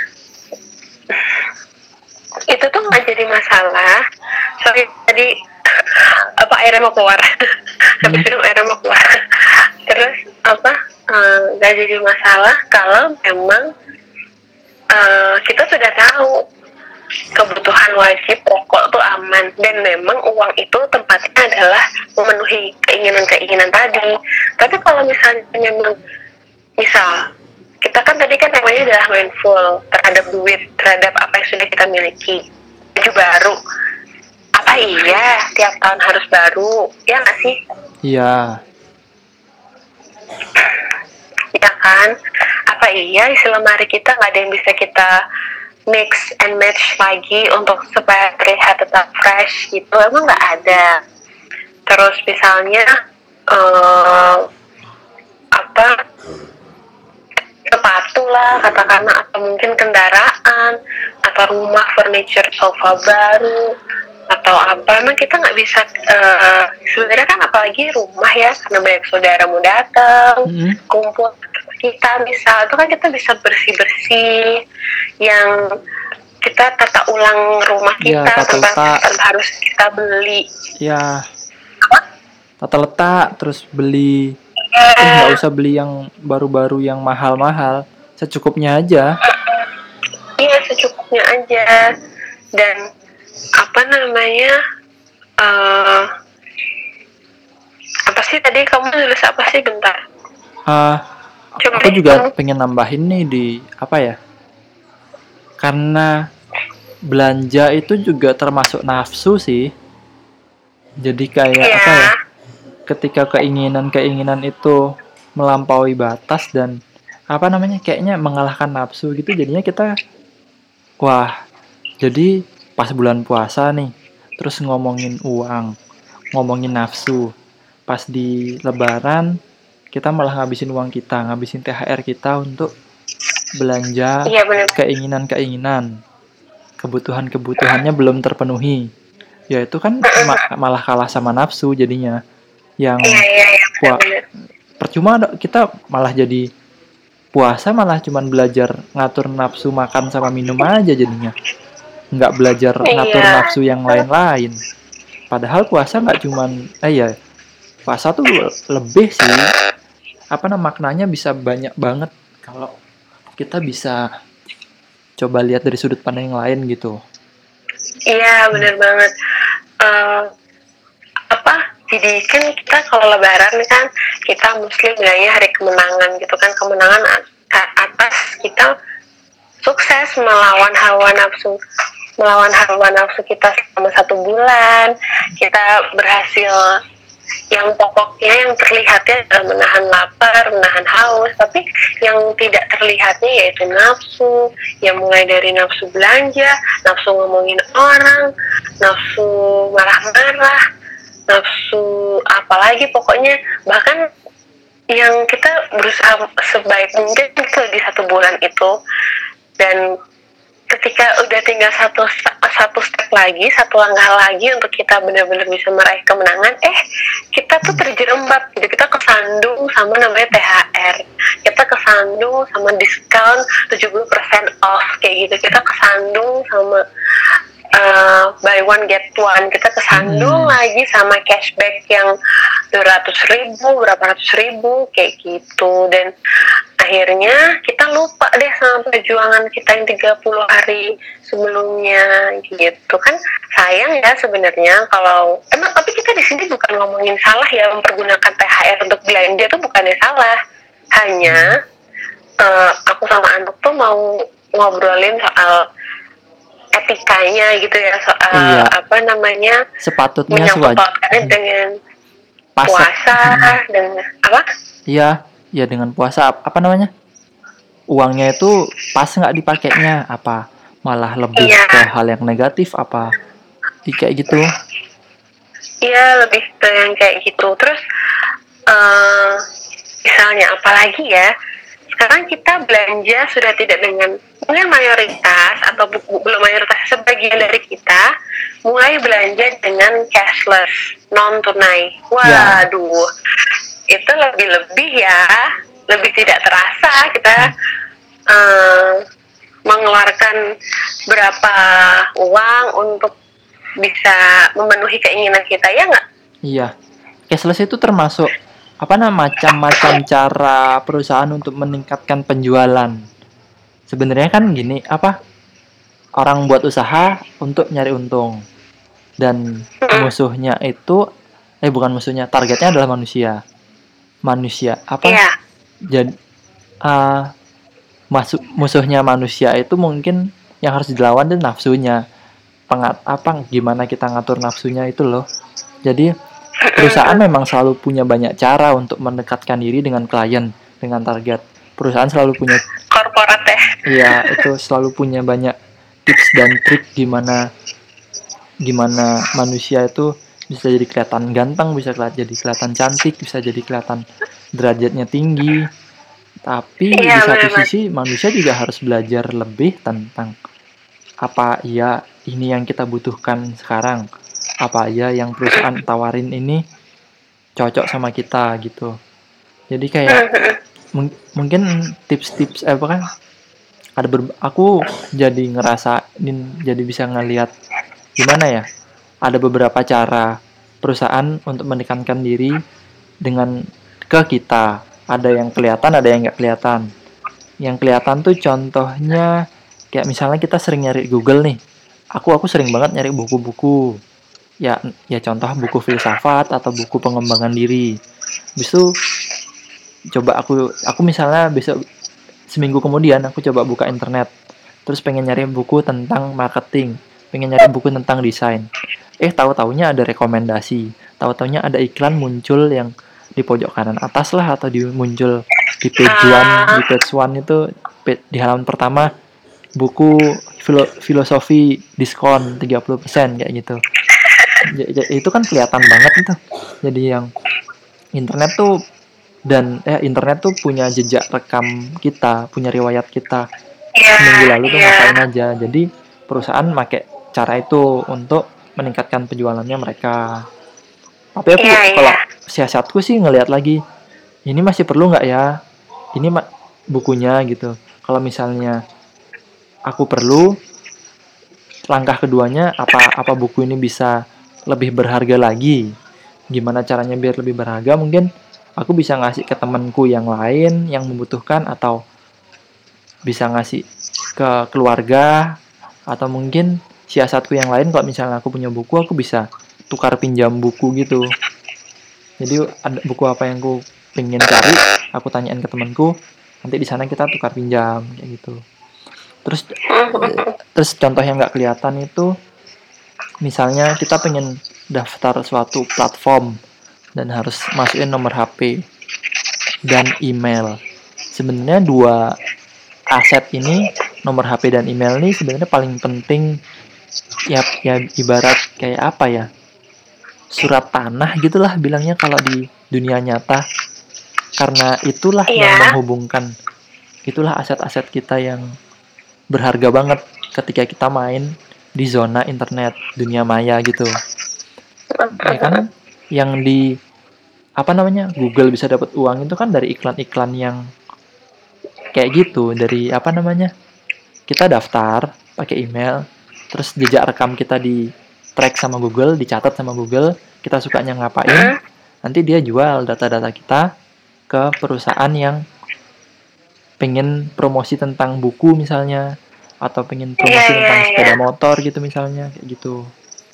Speaker 2: Itu tuh nggak jadi masalah. Sorry tadi apa airnya mau keluar, habis minum airnya mau keluar. Terus apa nggak uh, jadi masalah kalau memang uh, kita sudah tahu kebutuhan wajib pokok tuh aman, dan memang uang itu tempatnya adalah memenuhi keinginan-keinginan tadi. Tapi kalau misalnya memang misal kita kan tadi kan namanya adalah mindful terhadap duit, terhadap apa yang sudah kita miliki. Baju baru, apa iya tiap tahun harus baru, ya nggak sih?
Speaker 1: Iya.
Speaker 2: Ya kan? Apa iya isi lemari kita nggak ada yang bisa kita mix and match lagi untuk supaya terlihat tetap fresh gitu? Emang nggak ada. Terus misalnya uh, apa sepatu lah katakanlah, atau mungkin kendaraan atau rumah, furniture, sofa baru atau apa, emang kita nggak bisa uh, sebenarnya kan, apalagi rumah ya, karena banyak saudara mau datang, mm-hmm. kumpul kita misal, itu kan kita bisa bersih-bersih yang kita tata ulang rumah kita ya, tanpa, tanpa harus kita beli
Speaker 1: ya, tata letak terus beli, nggak usah beli yang baru-baru yang mahal-mahal, secukupnya aja.
Speaker 2: Iya, secukupnya aja. Dan apa namanya uh, apa sih tadi kamu nulis apa sih, bentar
Speaker 1: uh, aku juga itu pengen nambahin nih di apa ya, karena belanja itu juga termasuk nafsu sih. Jadi kayak
Speaker 2: Iya,
Speaker 1: apa ya? Ketika keinginan-keinginan itu melampaui batas dan apa namanya? Kayaknya mengalahkan nafsu gitu, jadinya kita wah, jadi pas bulan puasa nih, terus ngomongin uang, ngomongin nafsu. Pas di lebaran kita malah ngabisin uang kita, ngabisin T H R kita untuk belanja
Speaker 2: iya benar.
Speaker 1: keinginan-keinginan. Kebutuhan-kebutuhannya belum terpenuhi. Ya itu kan ma- malah kalah sama nafsu jadinya. Yang
Speaker 2: Iya, iya, iya,
Speaker 1: wah,
Speaker 2: benar-benar.
Speaker 1: percuma kita malah jadi puasa malah cuman belajar ngatur nafsu makan sama minum aja jadinya. Nggak belajar ngatur
Speaker 2: Iya,
Speaker 1: nafsu yang lain-lain. Padahal puasa nggak cuman, eh ya, puasa tuh lebih sih. Apa namanya maknanya bisa banyak banget kalau kita bisa coba lihat dari sudut pandang yang lain gitu.
Speaker 2: iya benar banget. Eh, apa? Jadi kan kita kalau lebaran kan kita muslim bilangnya hari kemenangan gitu kan, kemenangan a- atas kita sukses melawan hawa nafsu melawan hawa nafsu kita selama satu bulan. Kita berhasil yang pokoknya yang terlihatnya adalah menahan lapar, menahan haus, tapi yang tidak terlihatnya yaitu nafsu, yang mulai dari nafsu belanja, nafsu ngomongin orang, nafsu marah-marah, nafsu apalagi pokoknya, bahkan yang kita berusaha sebaik mungkin itu di satu bulan itu. Dan ketika udah tinggal satu satu step lagi, satu langkah lagi untuk kita benar-benar bisa meraih kemenangan, eh kita tuh terjerembab gitu, kita kesandung sama namanya T H R, kita kesandung sama diskon tujuh puluh persen off kayak gitu, kita kesandung sama uh, buy one get one, kita kesandung
Speaker 1: Hmm.
Speaker 2: lagi sama cashback yang dua ratus ribu, berapa ratus ribu kayak gitu. Dan akhirnya kita lupa deh sama perjuangan kita yang tiga puluh hari sebelumnya gitu kan. Sayang ya sebenarnya kalau emang, tapi kita di sini bukan ngomongin salah ya mempergunakan T H R untuk belanja, tuh bukannya salah, hanya uh, aku sama Anuk tuh mau ngobrolin soal etikanya gitu ya, soal
Speaker 1: Iya.
Speaker 2: apa namanya
Speaker 1: Sepatutnya
Speaker 2: menyangkut
Speaker 1: sewaj-
Speaker 2: pautkannya dengan
Speaker 1: pas
Speaker 2: puasa dan apa.
Speaker 1: Iya, ya dengan puasa ap- apa namanya? Uangnya itu pas nggak dipakainya apa malah lebih
Speaker 2: Iya,
Speaker 1: ke hal yang negatif apa Ih, kayak gitu.
Speaker 2: iya lebih ke yang kayak gitu. Terus eh misalnya apalagi ya, sekarang kita belanja sudah tidak dengan mungkin mayoritas atau bu- bu- belum mayoritas, sebagian dari kita mulai belanja dengan cashless, non tunai.
Speaker 1: Ya.
Speaker 2: Waduh, itu lebih-lebih ya, lebih tidak terasa kita eh, mengeluarkan berapa uang untuk bisa memenuhi keinginan kita, ya nggak?
Speaker 1: Iya. Cashless itu termasuk apa namanya macam-macam cara perusahaan untuk meningkatkan penjualan. Sebenarnya kan gini, apa orang buat usaha untuk nyari untung dan musuhnya itu eh bukan musuhnya, targetnya adalah manusia. Manusia apa?
Speaker 2: Iya,
Speaker 1: Jadi uh, masuk musuhnya manusia itu mungkin yang harus dilawan itu nafsunya. Pengat apa gimana kita ngatur nafsunya itu loh. Jadi perusahaan memang selalu punya banyak cara untuk mendekatkan diri dengan klien, dengan target. Perusahaan selalu punya
Speaker 2: korporat ya.
Speaker 1: iya, itu selalu punya banyak tips dan trik gimana gimana manusia itu bisa jadi kelihatan ganteng, bisa kelihatan jadi kelihatan cantik, bisa jadi kelihatan derajatnya tinggi. Tapi di
Speaker 2: Iya,
Speaker 1: satu
Speaker 2: benar.
Speaker 1: sisi manusia juga harus belajar lebih tentang apa ya ini yang kita butuhkan sekarang, apa ya yang perusahaan tawarin ini cocok sama kita gitu. Jadi kayak mung- mungkin tips-tips eh, apa kan ada ber- aku jadi ngerasain, jadi bisa ngelihat gimana ya, ada beberapa cara perusahaan untuk menekankan diri dengan ke kita. Ada yang kelihatan, ada yang nggak kelihatan. Yang kelihatan tuh contohnya kayak misalnya kita sering nyari Google nih. Aku aku sering banget nyari buku-buku. Ya ya contoh buku filsafat atau buku pengembangan diri. Habis itu coba aku aku misalnya besok seminggu kemudian aku coba buka internet. terus pengen nyari buku tentang marketing, pengen nyari buku tentang desain. Eh, tahu-taunya ada rekomendasi, tahu-taunya ada iklan muncul yang di pojok kanan atas lah, atau di muncul di page one, di
Speaker 2: Ah,
Speaker 1: page one itu di halaman pertama buku filo- filosofi diskon tiga puluh persen kayak gitu. Ja- ja- itu kan kelihatan banget itu. Jadi yang internet tuh dan eh internet tuh punya jejak rekam kita, punya riwayat kita
Speaker 2: iya,
Speaker 1: seminggu lalu tuh
Speaker 2: iya,
Speaker 1: ngapain aja. Jadi perusahaan pakai cara itu untuk meningkatkan penjualannya mereka. Tapi aku
Speaker 2: iya, iya.
Speaker 1: kalau siasatku sih ngelihat lagi, ini masih perlu nggak ya? Ini ma- bukunya gitu. Kalau misalnya aku perlu, langkah keduanya apa apa buku ini bisa lebih berharga lagi? Gimana caranya biar lebih berharga? Mungkin aku bisa ngasih ke temanku yang lain yang membutuhkan, atau bisa ngasih ke keluarga, atau mungkin siasatku yang lain kalau misalnya aku punya buku aku bisa tukar pinjam buku gitu. Jadi ada buku apa yang aku pengen cari, aku tanyain ke temanku, nanti di sana kita tukar pinjam kayak gitu. Terus eh, terus contoh yang nggak kelihatan itu, misalnya kita pengen daftar suatu platform dan harus masukin nomor H P dan email. Sebenarnya dua aset ini, nomor H P dan email ini sebenarnya paling penting. Ya, ya ibarat kayak apa ya? Surat tanah gitulah bilangnya kalau di dunia nyata. Karena itulah yang
Speaker 2: Iya.
Speaker 1: menghubungkan, itulah aset-aset kita yang berharga banget ketika kita main di zona internet, dunia maya gitu. Ya kan? Yang di apa namanya? Google bisa dapat uang itu kan dari iklan-iklan yang kayak gitu, dari apa namanya? Kita daftar pakai email, terus jejak rekam kita di track sama Google, dicatat sama Google, kita sukanya ngapain,
Speaker 2: Mm-mm.
Speaker 1: nanti dia jual data-data kita ke perusahaan yang pengen promosi tentang buku misalnya, atau pengen
Speaker 2: Iya,
Speaker 1: promosi
Speaker 2: iya,
Speaker 1: tentang
Speaker 2: iya.
Speaker 1: sepeda motor gitu misalnya, kayak gitu.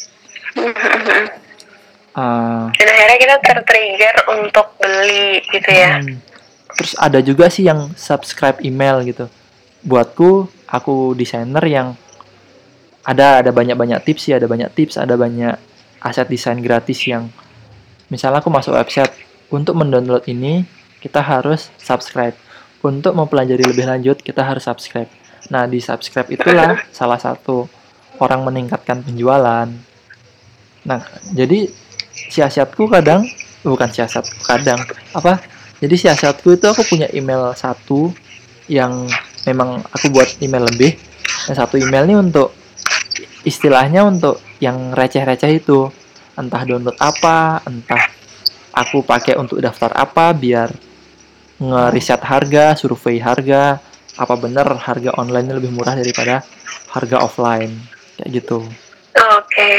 Speaker 1: Uh,
Speaker 2: Dan akhirnya kita tertrigger untuk beli gitu ya.
Speaker 1: mm, terus ada juga sih yang subscribe email gitu. Buatku, aku desainer yang ada ada banyak-banyak tips sih, ada banyak tips, ada banyak aset desain gratis yang misalnya aku masuk website, untuk mendownload ini kita harus subscribe. Untuk mempelajari lebih lanjut kita harus subscribe. Nah, di subscribe itulah salah satu orang meningkatkan penjualan. Nah, jadi siasatku kadang, bukan siasatku kadang, apa? Jadi siasatku itu aku punya email satu yang memang aku buat email lebih. Yang satu email ini untuk istilahnya untuk yang receh-receh itu. Entah download apa, entah aku pakai untuk daftar apa, biar ngeriset harga, survei harga, apa benar harga online lebih murah daripada harga offline, kayak gitu.
Speaker 2: Oke.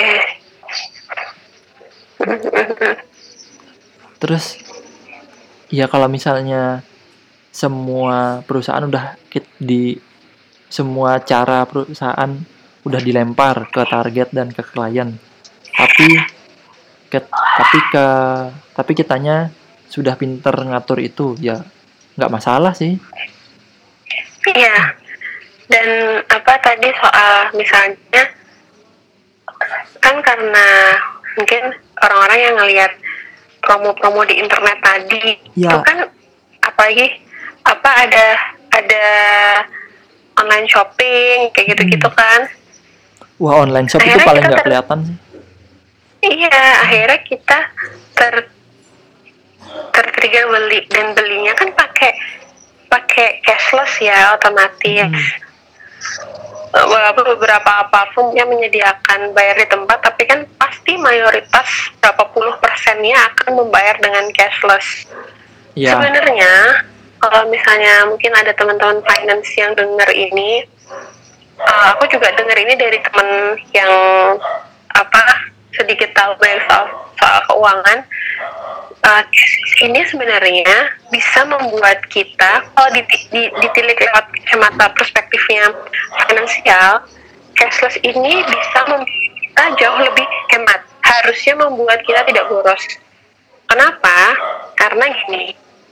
Speaker 1: Terus ya kalau misalnya semua perusahaan udah di semua cara perusahaan udah dilempar ke target dan ke klien, tapi ke, tapi ke tapi kitanya sudah pinter ngatur itu, ya nggak masalah sih.
Speaker 2: Iya. Dan apa tadi soal misalnya kan karena mungkin orang-orang yang ngelihat promo-promo di internet tadi itu
Speaker 1: Ya,
Speaker 2: kan apalagi apa ada ada online shopping kayak gitu-gitu
Speaker 1: mm,
Speaker 2: kan.
Speaker 1: wah, online shop itu
Speaker 2: Akhirnya
Speaker 1: paling
Speaker 2: kita
Speaker 1: nggak
Speaker 2: ter
Speaker 1: kelihatan sih.
Speaker 2: iya, akhirnya kita ter tertrigger beli dan belinya kan pakai pakai cashless ya otomatis.
Speaker 1: Mm,
Speaker 2: Walaupun beberapa platform yang menyediakan bayar di tempat, tapi kan pasti mayoritas berapa puluh persennya akan membayar dengan cashless.
Speaker 1: ya,
Speaker 2: Sebenarnya kalau misalnya mungkin ada teman-teman finance yang dengar ini, uh, aku juga dengar ini dari teman yang apa sedikit tahu banyak soal soal keuangan. Uh, ini sebenarnya bisa membuat kita kalau ditilik lewat kacamata perspektifnya finansial, cashless ini bisa membuat kita jauh lebih hemat, harusnya membuat kita tidak boros. Kenapa? Karena gini,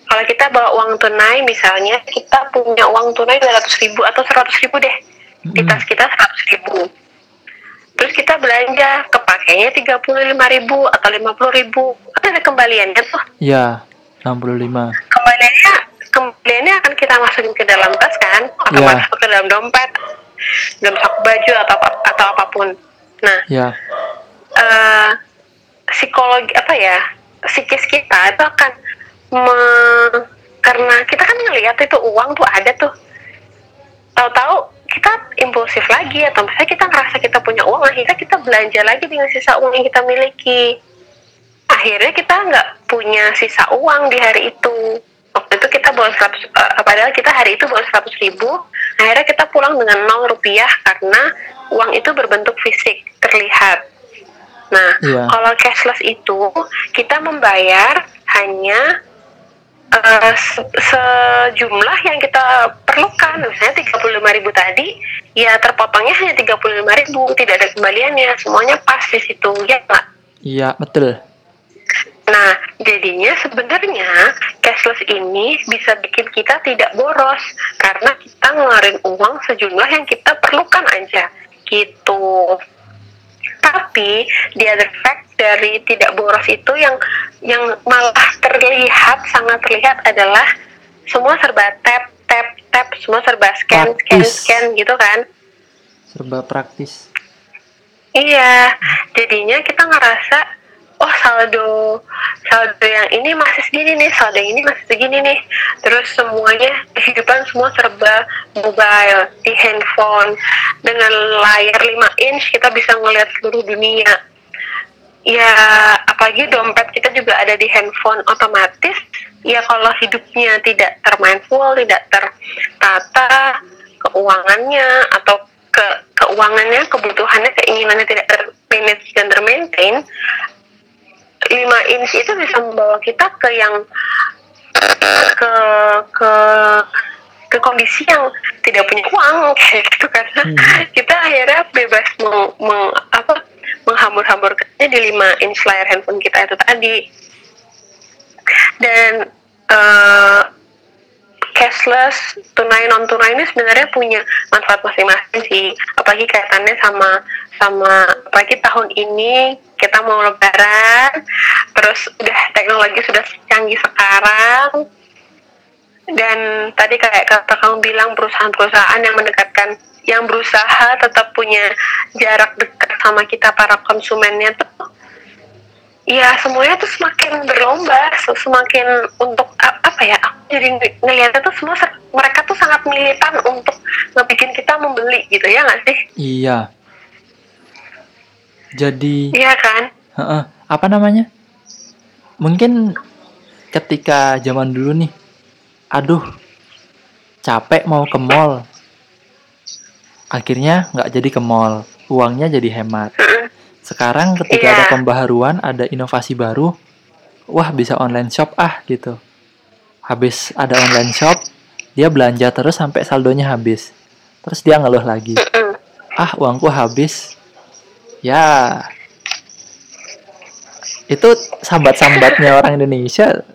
Speaker 2: Kalau kita bawa uang tunai, misalnya kita punya uang tunai dua ratus ribu atau seratus ribu deh, di
Speaker 1: Mm-mm.
Speaker 2: tas kita seratus ribu. Terus kita belanja, kepakainya tiga puluh lima ribu atau lima puluh ribu. Kan ada kembaliannya tuh.
Speaker 1: Ya, enam puluh lima.
Speaker 2: Kembaliannya, kembaliannya akan kita masukin ke dalam tas kan, atau
Speaker 1: Ya.
Speaker 2: masuk ke dalam dompet, dalam saku baju atau apa, atau apapun. Nah,
Speaker 1: Ya,
Speaker 2: eh, psikologi apa ya, psikis kita itu akan me- karena kita kan ngelihat itu uang tuh ada tuh, tahu-tahu kita impulsif lagi, atau misalnya kita ngerasa kita punya uang, akhirnya kita belanja lagi dengan sisa uang yang kita miliki. Akhirnya kita nggak punya sisa uang di hari itu. Waktu itu kita bawa seratus, uh, padahal kita hari itu bawa seratus ribu, akhirnya kita pulang dengan nol rupiah karena uang itu berbentuk fisik, terlihat. Nah,
Speaker 1: Iya.
Speaker 2: kalau cashless itu kita membayar hanya uh, se- sejumlah yang kita perlukan. Misalnya tiga puluh lima ribu tadi, ya terpotongnya hanya tiga puluh lima ribu, tidak ada kembaliannya, semuanya pas di situ, ya nggak?
Speaker 1: iya betul.
Speaker 2: Nah, jadinya sebenarnya cashless ini bisa bikin kita tidak boros karena kita ngeluarin uang sejumlah yang kita perlukan aja, gitu. Tapi the other fact dari tidak boros itu yang yang malah terlihat, sangat terlihat adalah semua serba tap tap tap, semua serba scan scan
Speaker 1: Praktis.
Speaker 2: scan gitu kan.
Speaker 1: Serba praktis.
Speaker 2: Iya, jadinya kita ngerasa, oh saldo saldo yang ini masih segini nih, saldo yang ini masih segini nih. Terus semuanya, kehidupan semua serba mobile, di handphone. Dengan layar lima inch kita bisa ngelihat seluruh dunia. Ya, apalagi dompet kita juga ada di handphone otomatis. Ya kalau hidupnya tidak termindful, tidak tertata, keuangannya atau ke keuangannya, kebutuhannya, keinginannya tidak termanage dan termaintain, lima inch itu bisa membawa kita ke yang ke ke ke kondisi yang tidak punya uang kayak gitu, karena
Speaker 1: Hmm.
Speaker 2: kita akhirnya bebas meng, meng- apa menghambur-hamburkannya di lima inch layar handphone kita itu tadi. Dan eh, cashless, tunai non tunai ini sebenarnya punya manfaat masing-masing sih, apalagi kaitannya sama sama apalagi tahun ini kita mau lebaran, terus udah teknologi sudah canggih sekarang, dan tadi kayak kata kamu bilang perusahaan-perusahaan yang mendekatkan, yang berusaha tetap punya jarak dekat sama kita para konsumennya tuh, ya semuanya tuh semakin berlomba, semakin untuk apa ya, aku jadi ngeliatnya tuh semua mereka tuh sangat militan untuk ngebikin kita membeli gitu, ya nggak sih?
Speaker 1: Iya. Jadi,
Speaker 2: Iya kan?
Speaker 1: heeh, apa namanya? Mungkin ketika zaman dulu nih, aduh, capek mau ke mall. Akhirnya nggak jadi ke mall, uangnya jadi hemat. Sekarang ketika
Speaker 2: Iya.
Speaker 1: ada pembaharuan, ada inovasi baru, wah bisa online shop ah gitu. Habis ada online shop, dia belanja terus sampai saldonya habis. Terus dia ngeluh lagi,
Speaker 2: Mm-mm.
Speaker 1: ah uangku habis. Ya, itu sambat-sambatnya orang Indonesia.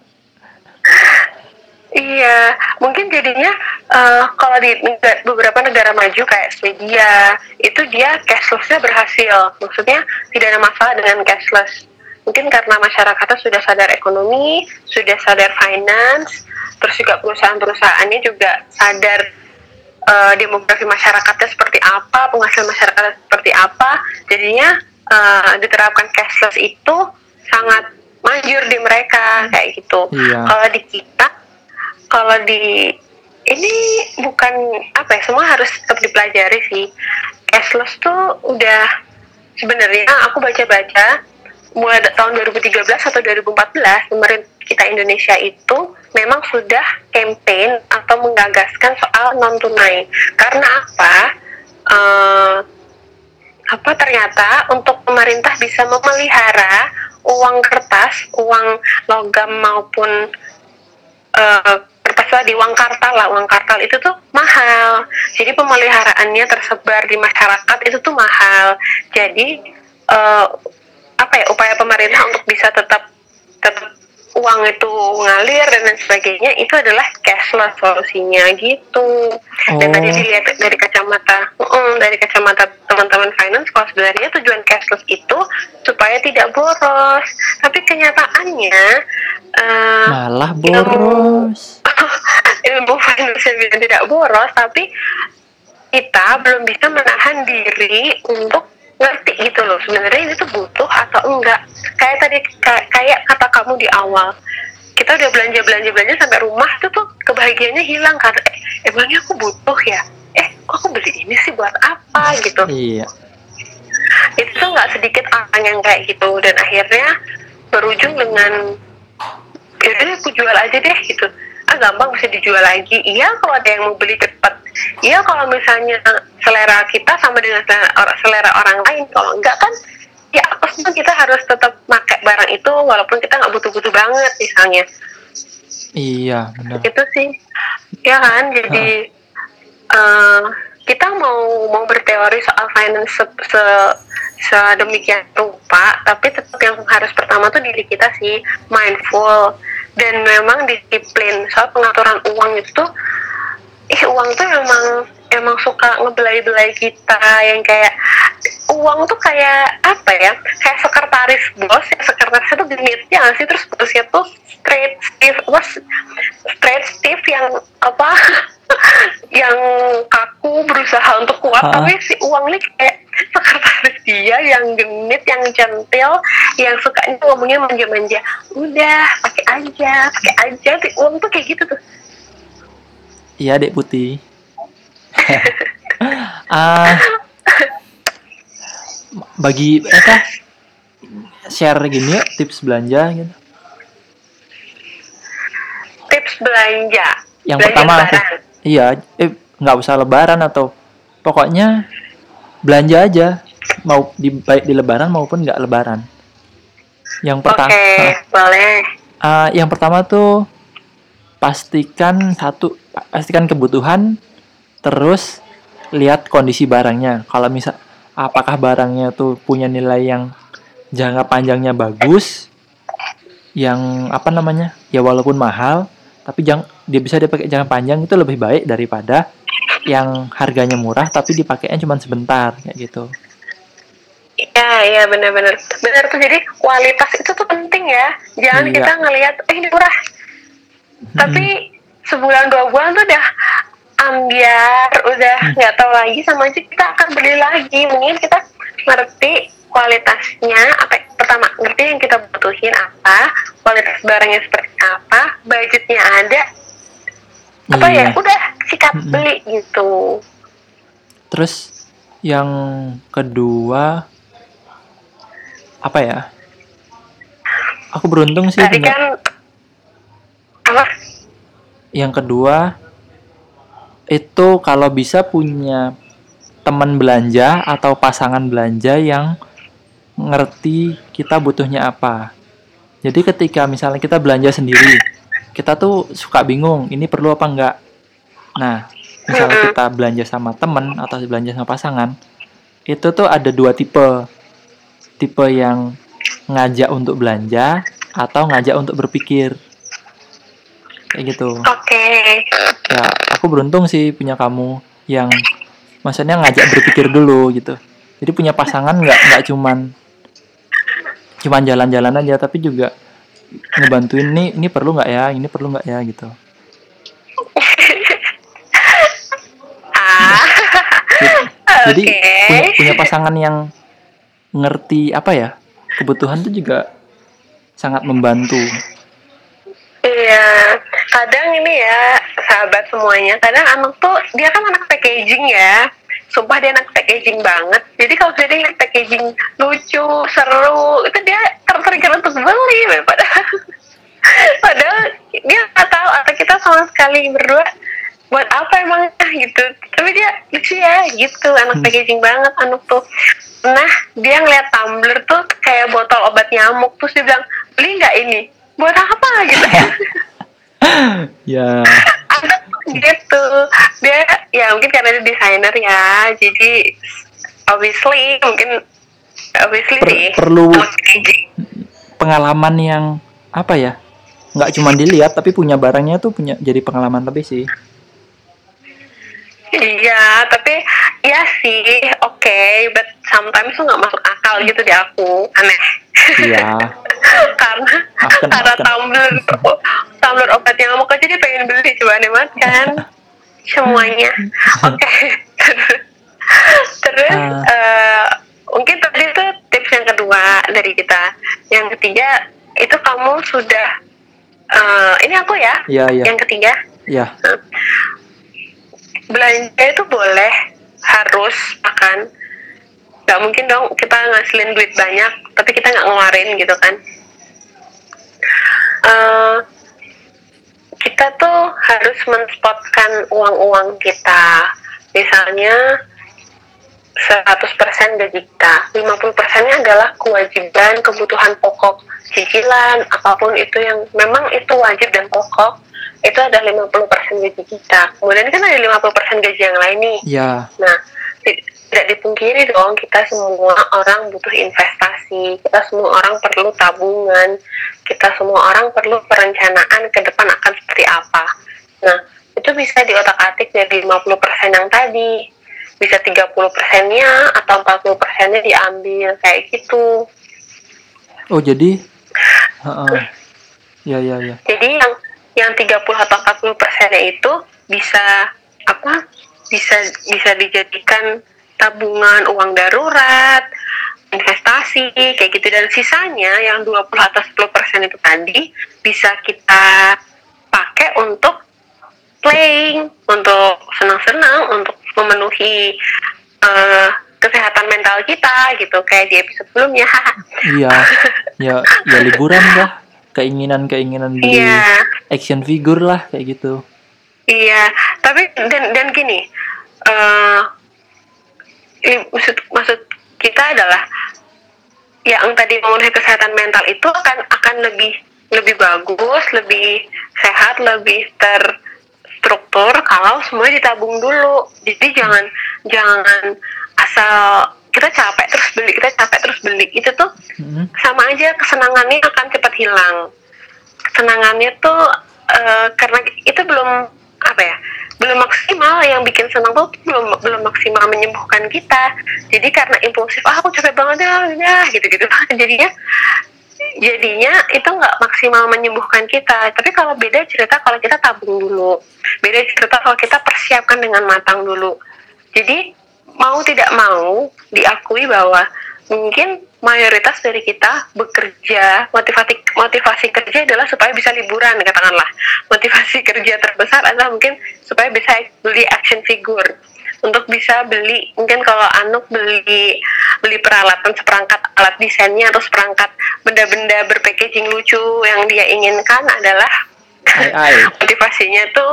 Speaker 2: Iya, mungkin jadinya uh, kalau di neg- beberapa negara maju kayak Swedia, itu dia cashless-nya berhasil. Maksudnya tidak ada masalah dengan cashless. Mungkin karena masyarakatnya sudah sadar ekonomi, sudah sadar finance, terus juga perusahaan-perusahaannya juga sadar uh, demografi masyarakatnya seperti apa, penghasilan masyarakatnya seperti apa. Jadinya uh, diterapkan cashless itu sangat manjur di mereka kayak gitu.
Speaker 1: Iya.
Speaker 2: Kalau di kita, kalau di ini bukan apa ya, semua harus tetap dipelajari sih. Cashless tuh udah sebenarnya aku baca-baca mulai tahun dua ribu tiga belas atau dua ribu empat belas pemerintah kita Indonesia itu memang sudah campaign atau menggagaskan soal non tunai. Karena apa? Uh, apa ternyata untuk pemerintah bisa memelihara uang kertas, uang logam maupun uh, kertas di uang kartal lah, uang kartal itu tuh mahal. Jadi pemeliharaannya tersebar di masyarakat itu tuh mahal. Jadi uh, apa ya, upaya pemerintah untuk bisa tetap tetap uang itu ngalir dan lain sebagainya, itu adalah cashless solusinya gitu. Dan
Speaker 1: Oh.
Speaker 2: tadi dilihat dari kacamata, mm, dari kacamata teman-teman finance, kalau sebenarnya tujuan cashless itu supaya tidak boros. Tapi kenyataannya uh,
Speaker 1: Malah
Speaker 2: ilmu
Speaker 1: boros.
Speaker 2: ilmu finance bilang tidak boros, tapi kita belum bisa menahan diri untuk ngerti gitu loh, sebenarnya ini tuh butuh atau enggak. Kayak tadi kayak, kayak kata kamu di awal, kita udah belanja belanja belanja sampai rumah tuh tuh kebahagiaannya hilang karena eh, emangnya aku butuh ya, eh kok aku beli ini sih buat apa gitu.
Speaker 1: Iya.
Speaker 2: Itu tuh nggak sedikit orang yang kayak gitu, dan akhirnya berujung dengan ya aku jual aja deh gitu, ah gampang bisa dijual lagi. Iya kalau ada yang mau beli cepat, iya kalau misalnya selera kita sama dengan selera, selera orang lain, kalau enggak kan ya apesnya kita harus tetap pakai barang itu walaupun kita nggak butuh-butuh banget misalnya.
Speaker 1: Iya benar.
Speaker 2: Itu sih ya kan, jadi uh, kita mau mau berteori soal finance se, se sedemikian rupa, tapi tetap yang harus pertama tuh diri kita sih mindful dan memang disiplin soal pengaturan uang itu. Ih uang tuh emang emang suka ngebelai-belai kita, yang kayak uang tuh kayak apa ya, kayak sekretaris bos, ya sekretaris itu genitnya nggak sih, terus bosnya tuh straight stiff, bos straight stiff yang apa yang kaku berusaha untuk kuat,
Speaker 1: Ha-ha.
Speaker 2: tapi si uang nih kayak sekretaris dia yang genit, yang centil, yang sukanya ngomongnya manja-manja, udah pakai aja pakai aja. Di uang tuh kayak gitu tuh.
Speaker 1: Iya Dek Putih. Ah, bagi apa? Share gini yuk tips belanja gitu.
Speaker 2: Tips belanja.
Speaker 1: Yang
Speaker 2: belanja
Speaker 1: pertama aku,
Speaker 2: lebaran.
Speaker 1: iya, eh nggak usah lebaran atau pokoknya belanja aja, mau di baik di lebaran maupun nggak lebaran. Yang pertama,
Speaker 2: Oke, okay, boleh.
Speaker 1: Uh, yang pertama tuh pastikan satu, pastikan kebutuhan, terus lihat kondisi barangnya. Kalau misal apakah barangnya tuh punya nilai yang jangka panjangnya bagus, yang apa namanya, ya walaupun mahal, tapi jang, dia bisa dipakai jangka panjang, itu lebih baik daripada yang harganya murah tapi dipakainya cuma sebentar kayak gitu.
Speaker 2: Iya, iya benar-benar. Benar tuh, jadi kualitas itu tuh penting ya. Jangan
Speaker 1: Iya.
Speaker 2: kita ngelihat eh ini murah. Hmm. Tapi sebulan dua bulan tuh udah ambiar, udah nggak hmm. tahu lagi, sama aja kita akan beli lagi. Mungkin kita ngerti kualitasnya, apa pertama ngerti yang kita butuhin apa, kualitas barangnya seperti apa, budgetnya ada, apa iya. ya udah sikat hmm. beli gitu.
Speaker 1: Terus yang kedua apa ya? Aku beruntung sih
Speaker 2: tadi
Speaker 1: punya.
Speaker 2: Kan, apa?
Speaker 1: Yang kedua itu kalau bisa punya teman belanja atau pasangan belanja yang ngerti kita butuhnya apa. Jadi ketika misalnya kita belanja sendiri, kita tuh suka bingung ini perlu apa enggak. Nah, misalnya kita belanja sama teman atau belanja sama pasangan, itu tuh ada dua tipe. Tipe yang ngajak untuk belanja atau ngajak untuk berpikir. Kayak gitu.
Speaker 2: Oke. Okay.
Speaker 1: Ya, aku beruntung sih punya kamu yang maksudnya ngajak berpikir dulu gitu. Jadi punya pasangan nggak nggak cuman cuman jalan-jalan aja, tapi juga ngebantuin nih, ini perlu nggak ya, ini perlu nggak ya gitu.
Speaker 2: Ah.
Speaker 1: Jadi
Speaker 2: okay.
Speaker 1: punya, punya pasangan yang ngerti apa ya, kebutuhan tuh juga sangat membantu.
Speaker 2: Iya, kadang ini ya sahabat semuanya, kadang anak tuh dia kan anak packaging ya, sumpah dia anak packaging banget. Jadi kalau dia lihat packaging lucu, seru, itu dia tertrigger untuk beli, padahal padahal dia nggak tahu atau kita sama sekali berdua buat apa emangnya gitu. Tapi dia lucu ya gitu, anak packaging banget anak tuh. Nah dia ngeliat tumbler tuh kayak botol obat nyamuk, terus dia bilang beli nggak ini? Buat apa gitu.
Speaker 1: Ya.
Speaker 2: Anak gitu. Dia ya mungkin karena dia desainer ya. Jadi obviously mungkin obviously
Speaker 1: per,
Speaker 2: sih
Speaker 1: perlu pengalaman yang apa ya? nggak cuma dilihat tapi punya barangnya tuh punya jadi pengalaman lebih sih.
Speaker 2: Iya, tapi ya sih, oke, okay, but sometimes tuh nggak masuk akal gitu di aku, aneh.
Speaker 1: Iya.
Speaker 2: karena
Speaker 1: maafkan,
Speaker 2: karena
Speaker 1: maafkan.
Speaker 2: tumbler tumbler obat nyamuk aja dia pengen beli, coba aneh banget kan semuanya. Oke, okay. Terus
Speaker 1: uh,
Speaker 2: uh, mungkin tadi itu tips yang kedua dari kita. Yang ketiga itu kamu sudah uh, ini aku ya.
Speaker 1: Iya, iya.
Speaker 2: Yang ketiga.
Speaker 1: Iya.
Speaker 2: Uh, belanja itu boleh, harus akan nggak mungkin dong kita ngasilin duit banyak tapi kita nggak ngeluarin gitu kan. Uh, kita tuh harus menspotkan uang-uang kita, misalnya seratus persen gaji kita, lima puluh persennya adalah kewajiban kebutuhan pokok, cicilan, apapun itu yang memang itu wajib dan pokok, itu ada lima puluh persen gaji kita. Kemudian kan ada lima puluh persen gaji yang lain nih.
Speaker 1: Ya.
Speaker 2: Nah, tidak dipungkiri dong, kita semua orang butuh investasi, kita semua orang perlu tabungan, kita semua orang perlu perencanaan ke depan akan seperti apa. Nah, itu bisa diotak-atik dari lima puluh persen yang tadi, bisa tiga puluh persennya atau empat puluh persennya diambil, kayak gitu.
Speaker 1: Oh, jadi uh-uh. ya ya ya.
Speaker 2: Jadi yang yang tiga puluh atau empat puluh persennya itu bisa apa? Bisa bisa dijadikan tabungan uang darurat, investasi kayak gitu, dan sisanya yang dua puluh atau sepuluh persen itu tadi bisa kita pakai untuk playing, untuk senang-senang, untuk memenuhi uh, kesehatan mental kita gitu, kayak di episode sebelumnya.
Speaker 1: Iya. Ya ya liburan lah. Keinginan-keinginan beli yeah. action figure lah kayak gitu.
Speaker 2: Iya, tapi dan dan gini, uh, ini maksud maksud kita adalah yang tadi memenuhi kesehatan mental itu akan akan lebih lebih bagus, lebih sehat, lebih terstruktur kalau semuanya ditabung dulu. Jadi jangan jangan asal kita capek terus beli, kita capek terus beli, itu tuh mm-hmm. sama aja kesenangannya akan cepat hilang. Kesenangannya tuh uh, karena itu belum apa ya, belum maksimal, yang bikin senang tuh belum belum maksimal menyembuhkan kita. Jadi karena impulsif, ah aku capek banget ya, ya gitu-gitu, jadinya jadinya itu nggak maksimal menyembuhkan kita. Tapi kalau beda cerita kalau kita tabung dulu, beda cerita kalau kita persiapkan dengan matang dulu. Jadi mau tidak mau diakui bahwa mungkin mayoritas dari kita bekerja, motivasi motivasi kerja adalah supaya bisa liburan, katakanlah. Motivasi kerja terbesar adalah mungkin supaya bisa beli action figure, untuk bisa beli, mungkin kalau Anuk beli beli peralatan, seperangkat alat desainnya atau seperangkat benda-benda berpackaging lucu yang dia inginkan adalah
Speaker 1: ai, ai.
Speaker 2: motivasinya tuh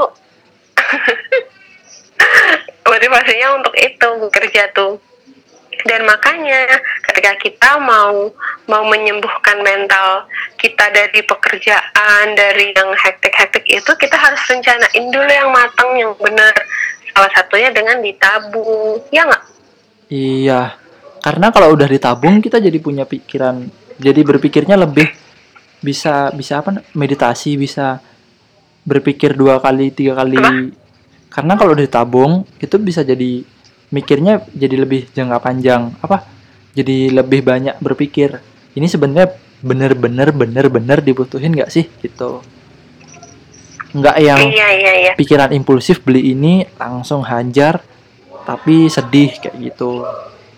Speaker 2: motivasinya untuk itu bekerja tuh. Dan makanya ketika kita mau mau menyembuhkan mental kita dari pekerjaan, dari yang hektik-hektik itu, kita harus rencanain dulu yang matang, yang benar. Salah satunya dengan ditabung, ya nggak?
Speaker 1: Iya, karena kalau udah ditabung kita jadi punya pikiran, jadi berpikirnya lebih bisa bisa apa? Meditasi, bisa berpikir dua kali, tiga kali. Apa? Karena kalau udah ditabung itu bisa jadi mikirnya jadi lebih jangka panjang, apa? Jadi lebih banyak berpikir. Ini sebenarnya bener-bener bener-bener dibutuhin nggak sih gitu? Nggak yang
Speaker 2: iya, iya, iya.
Speaker 1: pikiran impulsif beli ini langsung hajar tapi sedih kayak gitu.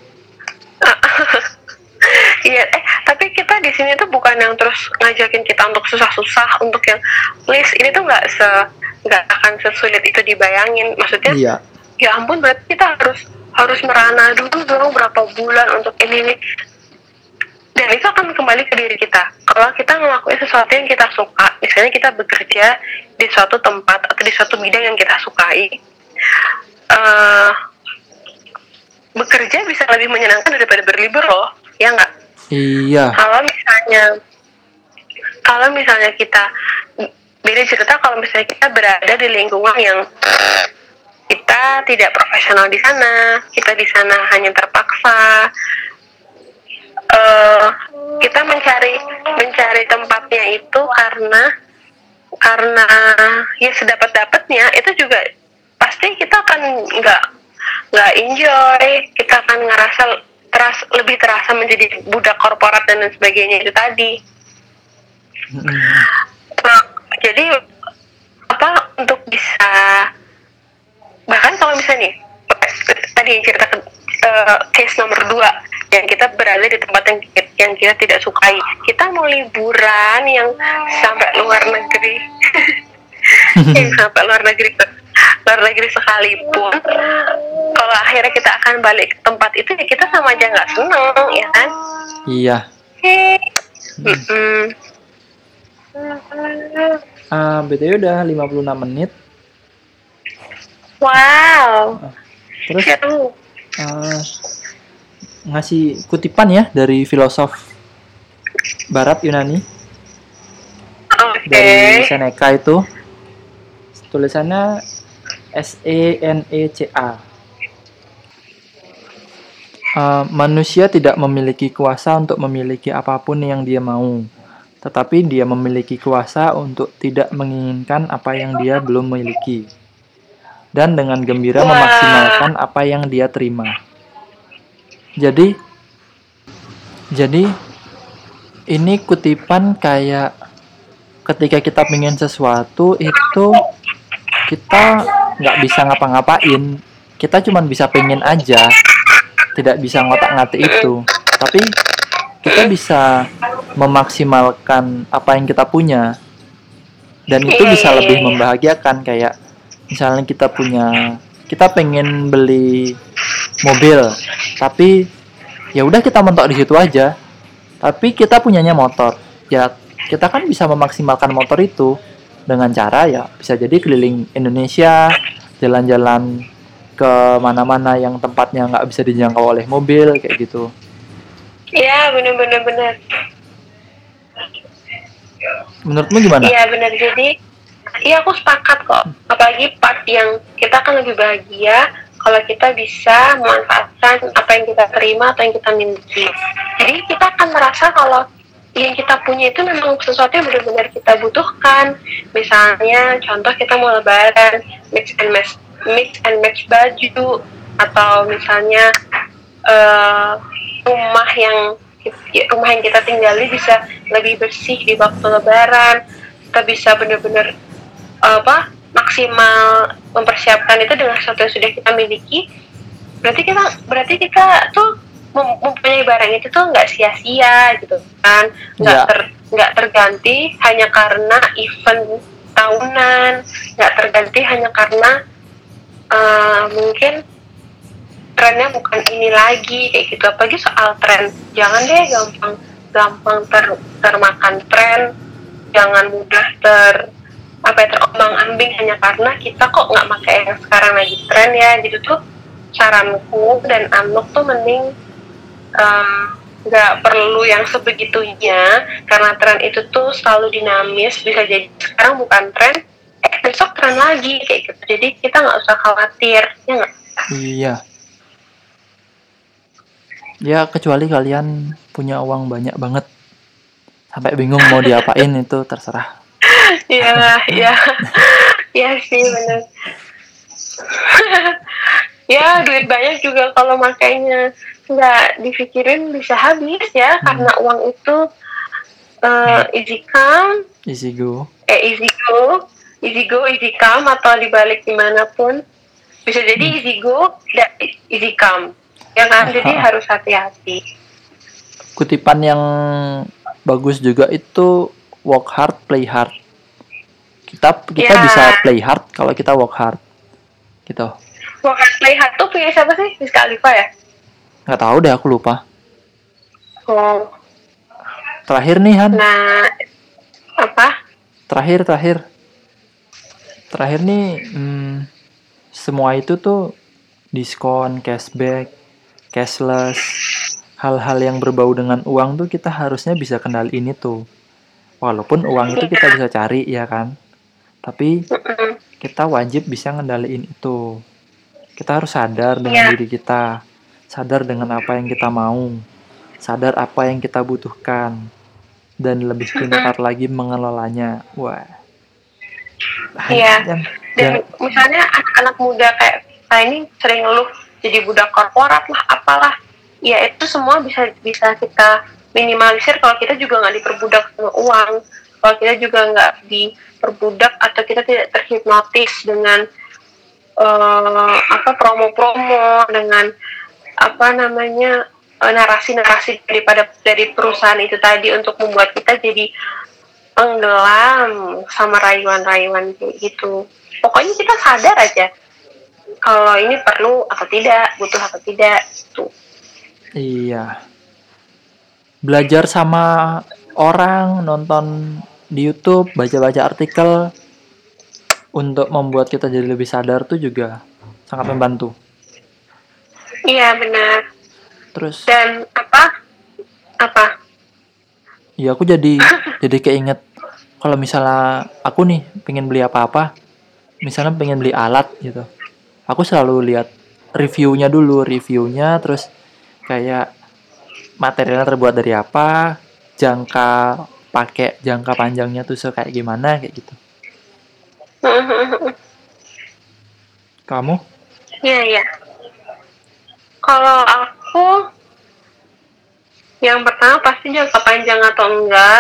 Speaker 2: Iya, eh tapi kita di sini tuh bukan yang terus ngajakin kita untuk susah-susah, untuk yang please ini tuh nggak se nggak akan sesulit itu dibayangin. Maksudnya,
Speaker 1: iya.
Speaker 2: Ya ampun, berarti kita harus harus merana dulu dong berapa bulan untuk ini nih. Dan itu akan kembali ke diri kita. Kalau kita ngelakuin sesuatu yang kita suka, misalnya kita bekerja di suatu tempat atau di suatu bidang yang kita sukai, uh, bekerja bisa lebih menyenangkan daripada berlibur loh, ya nggak?
Speaker 1: Iya.
Speaker 2: Kalau misalnya, kalau misalnya kita, beda cerita kalau misalnya kita berada di lingkungan yang kita tidak profesional di sana, kita di sana hanya terpaksa. Uh, kita mencari mencari tempatnya itu karena karena ya sedapat dapatnya itu juga pasti kita akan nggak nggak enjoy, kita akan ngerasa teras lebih terasa menjadi budak korporat dan lain sebagainya itu tadi.
Speaker 1: Mm-mm.
Speaker 2: Nah, jadi apa untuk bisa, bahkan kalau misalnya nih tadi yang cerita uh, case nomor dua yang kita berada di tempat yang yang kita tidak sukai, kita mau liburan yang sampai luar negeri yang sampai luar negeri luar negeri sekalipun, kalau akhirnya kita akan balik ke tempat itu ya kita sama aja nggak seneng, ya kan?
Speaker 1: Iya.
Speaker 2: Hmm.
Speaker 1: Uh, B T W udah lima puluh enam menit.
Speaker 2: Wow.
Speaker 1: Uh, terus uh, ngasih kutipan ya dari filosof Barat Yunani.
Speaker 2: Okay.
Speaker 1: Dari Seneca itu. Tulisannya S E N E C A. Uh, manusia tidak memiliki kuasa untuk memiliki apapun yang dia mau, tetapi dia memiliki kuasa untuk tidak menginginkan apa yang dia belum miliki, dan dengan gembira
Speaker 2: Wah.
Speaker 1: memaksimalkan apa yang dia terima. Jadi, jadi ini kutipan kayak ketika kita pengen sesuatu itu kita nggak bisa ngapa-ngapain, kita cuma bisa pengen aja, tidak bisa ngotak-ngatik itu, tapi kita bisa memaksimalkan apa yang kita punya, dan itu bisa lebih membahagiakan. Kayak misalnya kita punya, kita pengen beli mobil, tapi ya udah kita mentok di situ aja, tapi kita punyanya motor, ya kita kan bisa memaksimalkan motor itu dengan cara ya bisa jadi keliling Indonesia, jalan-jalan ke mana-mana yang tempatnya nggak bisa dijangkau oleh mobil kayak gitu.
Speaker 2: Iya, benar-benar benar.
Speaker 1: Menurutmu gimana?
Speaker 2: Iya benar, jadi iya aku sepakat kok. Apalagi part yang kita akan lebih bahagia kalau kita bisa memanfaatkan apa yang kita terima atau yang kita miliki. Jadi kita akan merasa kalau yang kita punya itu memang sesuatu yang benar-benar kita butuhkan. Misalnya contoh kita mau lebaran, mix and match mix and match baju, atau misalnya uh, rumah yang rumah yang kita tinggali bisa lebih bersih di waktu lebaran, kita bisa benar-benar apa maksimal mempersiapkan itu dengan sesuatu yang sudah kita miliki. Berarti kita berarti kita tuh mempunyai barang itu tuh nggak sia-sia gitu kan, nggak ter nggak terganti hanya karena event tahunan, nggak terganti hanya karena uh, mungkin trennya bukan ini lagi kayak gitu. Apalagi soal tren, jangan deh gampang gampang ter, termakan tren, jangan mudah ter apa ya, terombang-ambing hanya karena kita kok nggak pakai yang sekarang lagi tren ya gitu. Tuh saranku dan Anuk tuh mending nggak uh, perlu yang sebegitunya, karena tren itu tuh selalu dinamis, bisa jadi sekarang bukan tren, eh besok tren lagi kayak gitu. Jadi kita nggak usah khawatir, ya nggak?
Speaker 1: Iya. Ya kecuali kalian punya uang banyak banget sampai bingung mau diapain itu terserah.
Speaker 2: Iya, iya, iya sih benar. Ya duit banyak juga kalau makanya nggak dipikirin bisa habis ya, hmm. karena uang itu uh, easy come,
Speaker 1: easy go,
Speaker 2: eh easy go, easy go, easy come, atau dibalik dimanapun bisa jadi hmm. easy go dan easy come, ya kan? Jadi harus hati-hati.
Speaker 1: Kutipan yang bagus juga itu work hard, play hard. Kita kita ya. bisa play hard kalau kita work hard, gitu.
Speaker 2: Work hard, play hard tuh punya siapa sih? Wiz Khalifa ya?
Speaker 1: Nggak tahu deh, aku lupa.
Speaker 2: Oh.
Speaker 1: Terakhir nih Han.
Speaker 2: Nah, apa?
Speaker 1: Terakhir terakhir. Terakhir nih, hmm, semua itu tuh diskon, cashback, cashless, hal-hal yang berbau dengan uang tuh kita harusnya bisa kendaliin itu. Walaupun uang itu kita bisa cari ya kan, tapi kita wajib bisa ngendaliin itu. Kita harus sadar dengan yeah. diri kita, sadar dengan apa yang kita mau, sadar apa yang kita butuhkan, dan lebih pintar lagi mengelolanya. Wah,
Speaker 2: Iya.
Speaker 1: Jangan,
Speaker 2: Dan
Speaker 1: jangan.
Speaker 2: misalnya anak-anak muda kayak saya ini sering ngeluh jadi budak korporat lah, apalah. Ya itu semua bisa bisa kita minimalisir kalau kita juga nggak diperbudak sama uang, kalau kita juga nggak diperbudak atau kita tidak terhipnotis dengan uh, apa promo-promo, dengan apa namanya uh, narasi-narasi daripada dari perusahaan itu tadi untuk membuat kita jadi tenggelam sama rayuan-rayuan kayak gitu. Pokoknya kita sadar aja kalau ini perlu atau tidak, butuh atau tidak gitu.
Speaker 1: Iya. Belajar sama orang, nonton di YouTube, baca-baca artikel untuk membuat kita jadi lebih sadar tuh juga sangat membantu.
Speaker 2: Iya benar.
Speaker 1: Terus
Speaker 2: Dan apa? Apa?
Speaker 1: ya aku jadi jadi keinget kalau misalnya aku nih pengen beli apa-apa, misalnya pengen beli alat gitu, aku selalu lihat reviewnya dulu, reviewnya terus kayak materialnya terbuat dari apa, jangka pakai jangka panjangnya tuh kayak gimana kayak gitu. Kamu?
Speaker 2: Iya iya. Kalau aku yang pertama pasti jangka panjang atau enggak,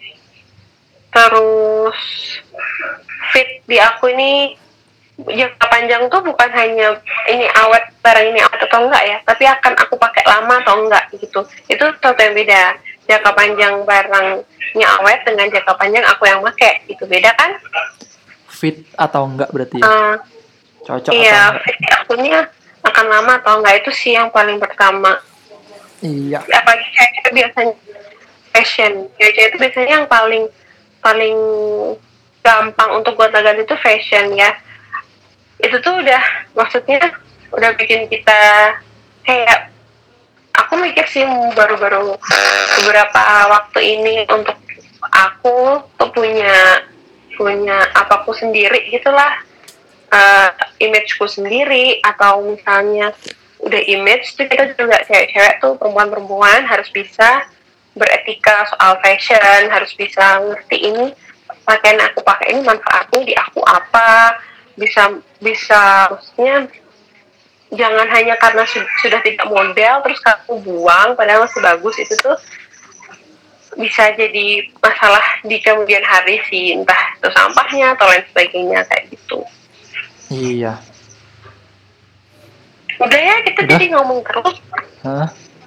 Speaker 2: terus fit di aku ini jangka panjang tuh bukan hanya ini awet, barang ini awet atau enggak ya, tapi akan aku pakai lama atau enggak gitu. Itu sesuatu yang beda. Jangka panjang barangnya awet dengan jangka panjang aku yang pakai itu beda kan?
Speaker 1: Fit atau enggak berarti ya?
Speaker 2: Uh,
Speaker 1: Cocok
Speaker 2: iya,
Speaker 1: atau enggak?
Speaker 2: fit di akunya akan lama atau enggak itu sih yang paling pertama.
Speaker 1: Iya.
Speaker 2: Apalagi kayak itu biasanya fashion, kayak itu biasanya yang paling paling gampang untuk gonta-ganti itu fashion ya. Itu tuh udah maksudnya udah bikin kita kayak aku mikir sih baru-baru beberapa waktu ini untuk aku tuh punya punya apaku sendiri gitulah, uh, imageku sendiri, atau misalnya udah image tuh kita juga cewek-cewek tuh perempuan-perempuan harus bisa beretika soal fashion, harus bisa ngerti ini pakaian aku pakai ini manfaatnya di aku apa, bisa bisa maksudnya jangan hanya karena su- sudah tidak model terus kamu buang padahal masih bagus, itu tuh bisa jadi masalah di kemudian hari sih, entah itu sampahnya atau lain sebagainya kayak gitu.
Speaker 1: Iya.
Speaker 2: Udah ya kita
Speaker 1: Udah?
Speaker 2: jadi ngomong terus.
Speaker 1: Hah?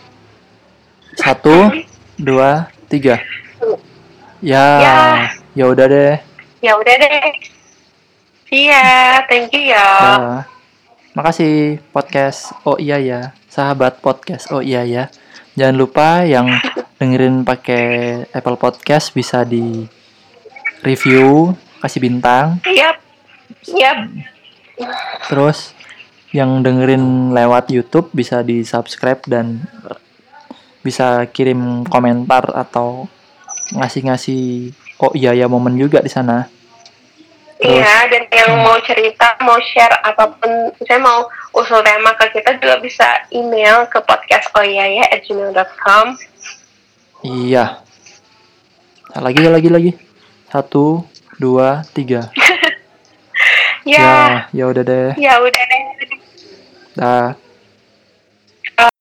Speaker 1: Satu, dua, tiga. Ya,
Speaker 2: Ya.
Speaker 1: ya udah deh.
Speaker 2: Ya udah deh. Iya, thank you ya.
Speaker 1: Dah. Makasih podcast. Oh iya ya, sahabat podcast. Oh iya ya. Jangan lupa yang dengerin pakai Apple Podcast bisa di review, kasih bintang.
Speaker 2: Yap. Yap.
Speaker 1: Terus yang dengerin lewat YouTube bisa di subscribe dan bisa kirim komentar atau ngasih-ngasih oh iya ya momen juga di sana.
Speaker 2: Terus, iya, dan yang hmm. mau cerita, mau share apapun, saya mau usul tema ke kita juga bisa email ke podcast oiyaya at gmail dot com.
Speaker 1: Iya. Nah, lagi lagi lagi. Satu, dua, tiga.
Speaker 2: Ya.
Speaker 1: Ya, ya udah deh.
Speaker 2: Ya udah deh.
Speaker 1: Dah.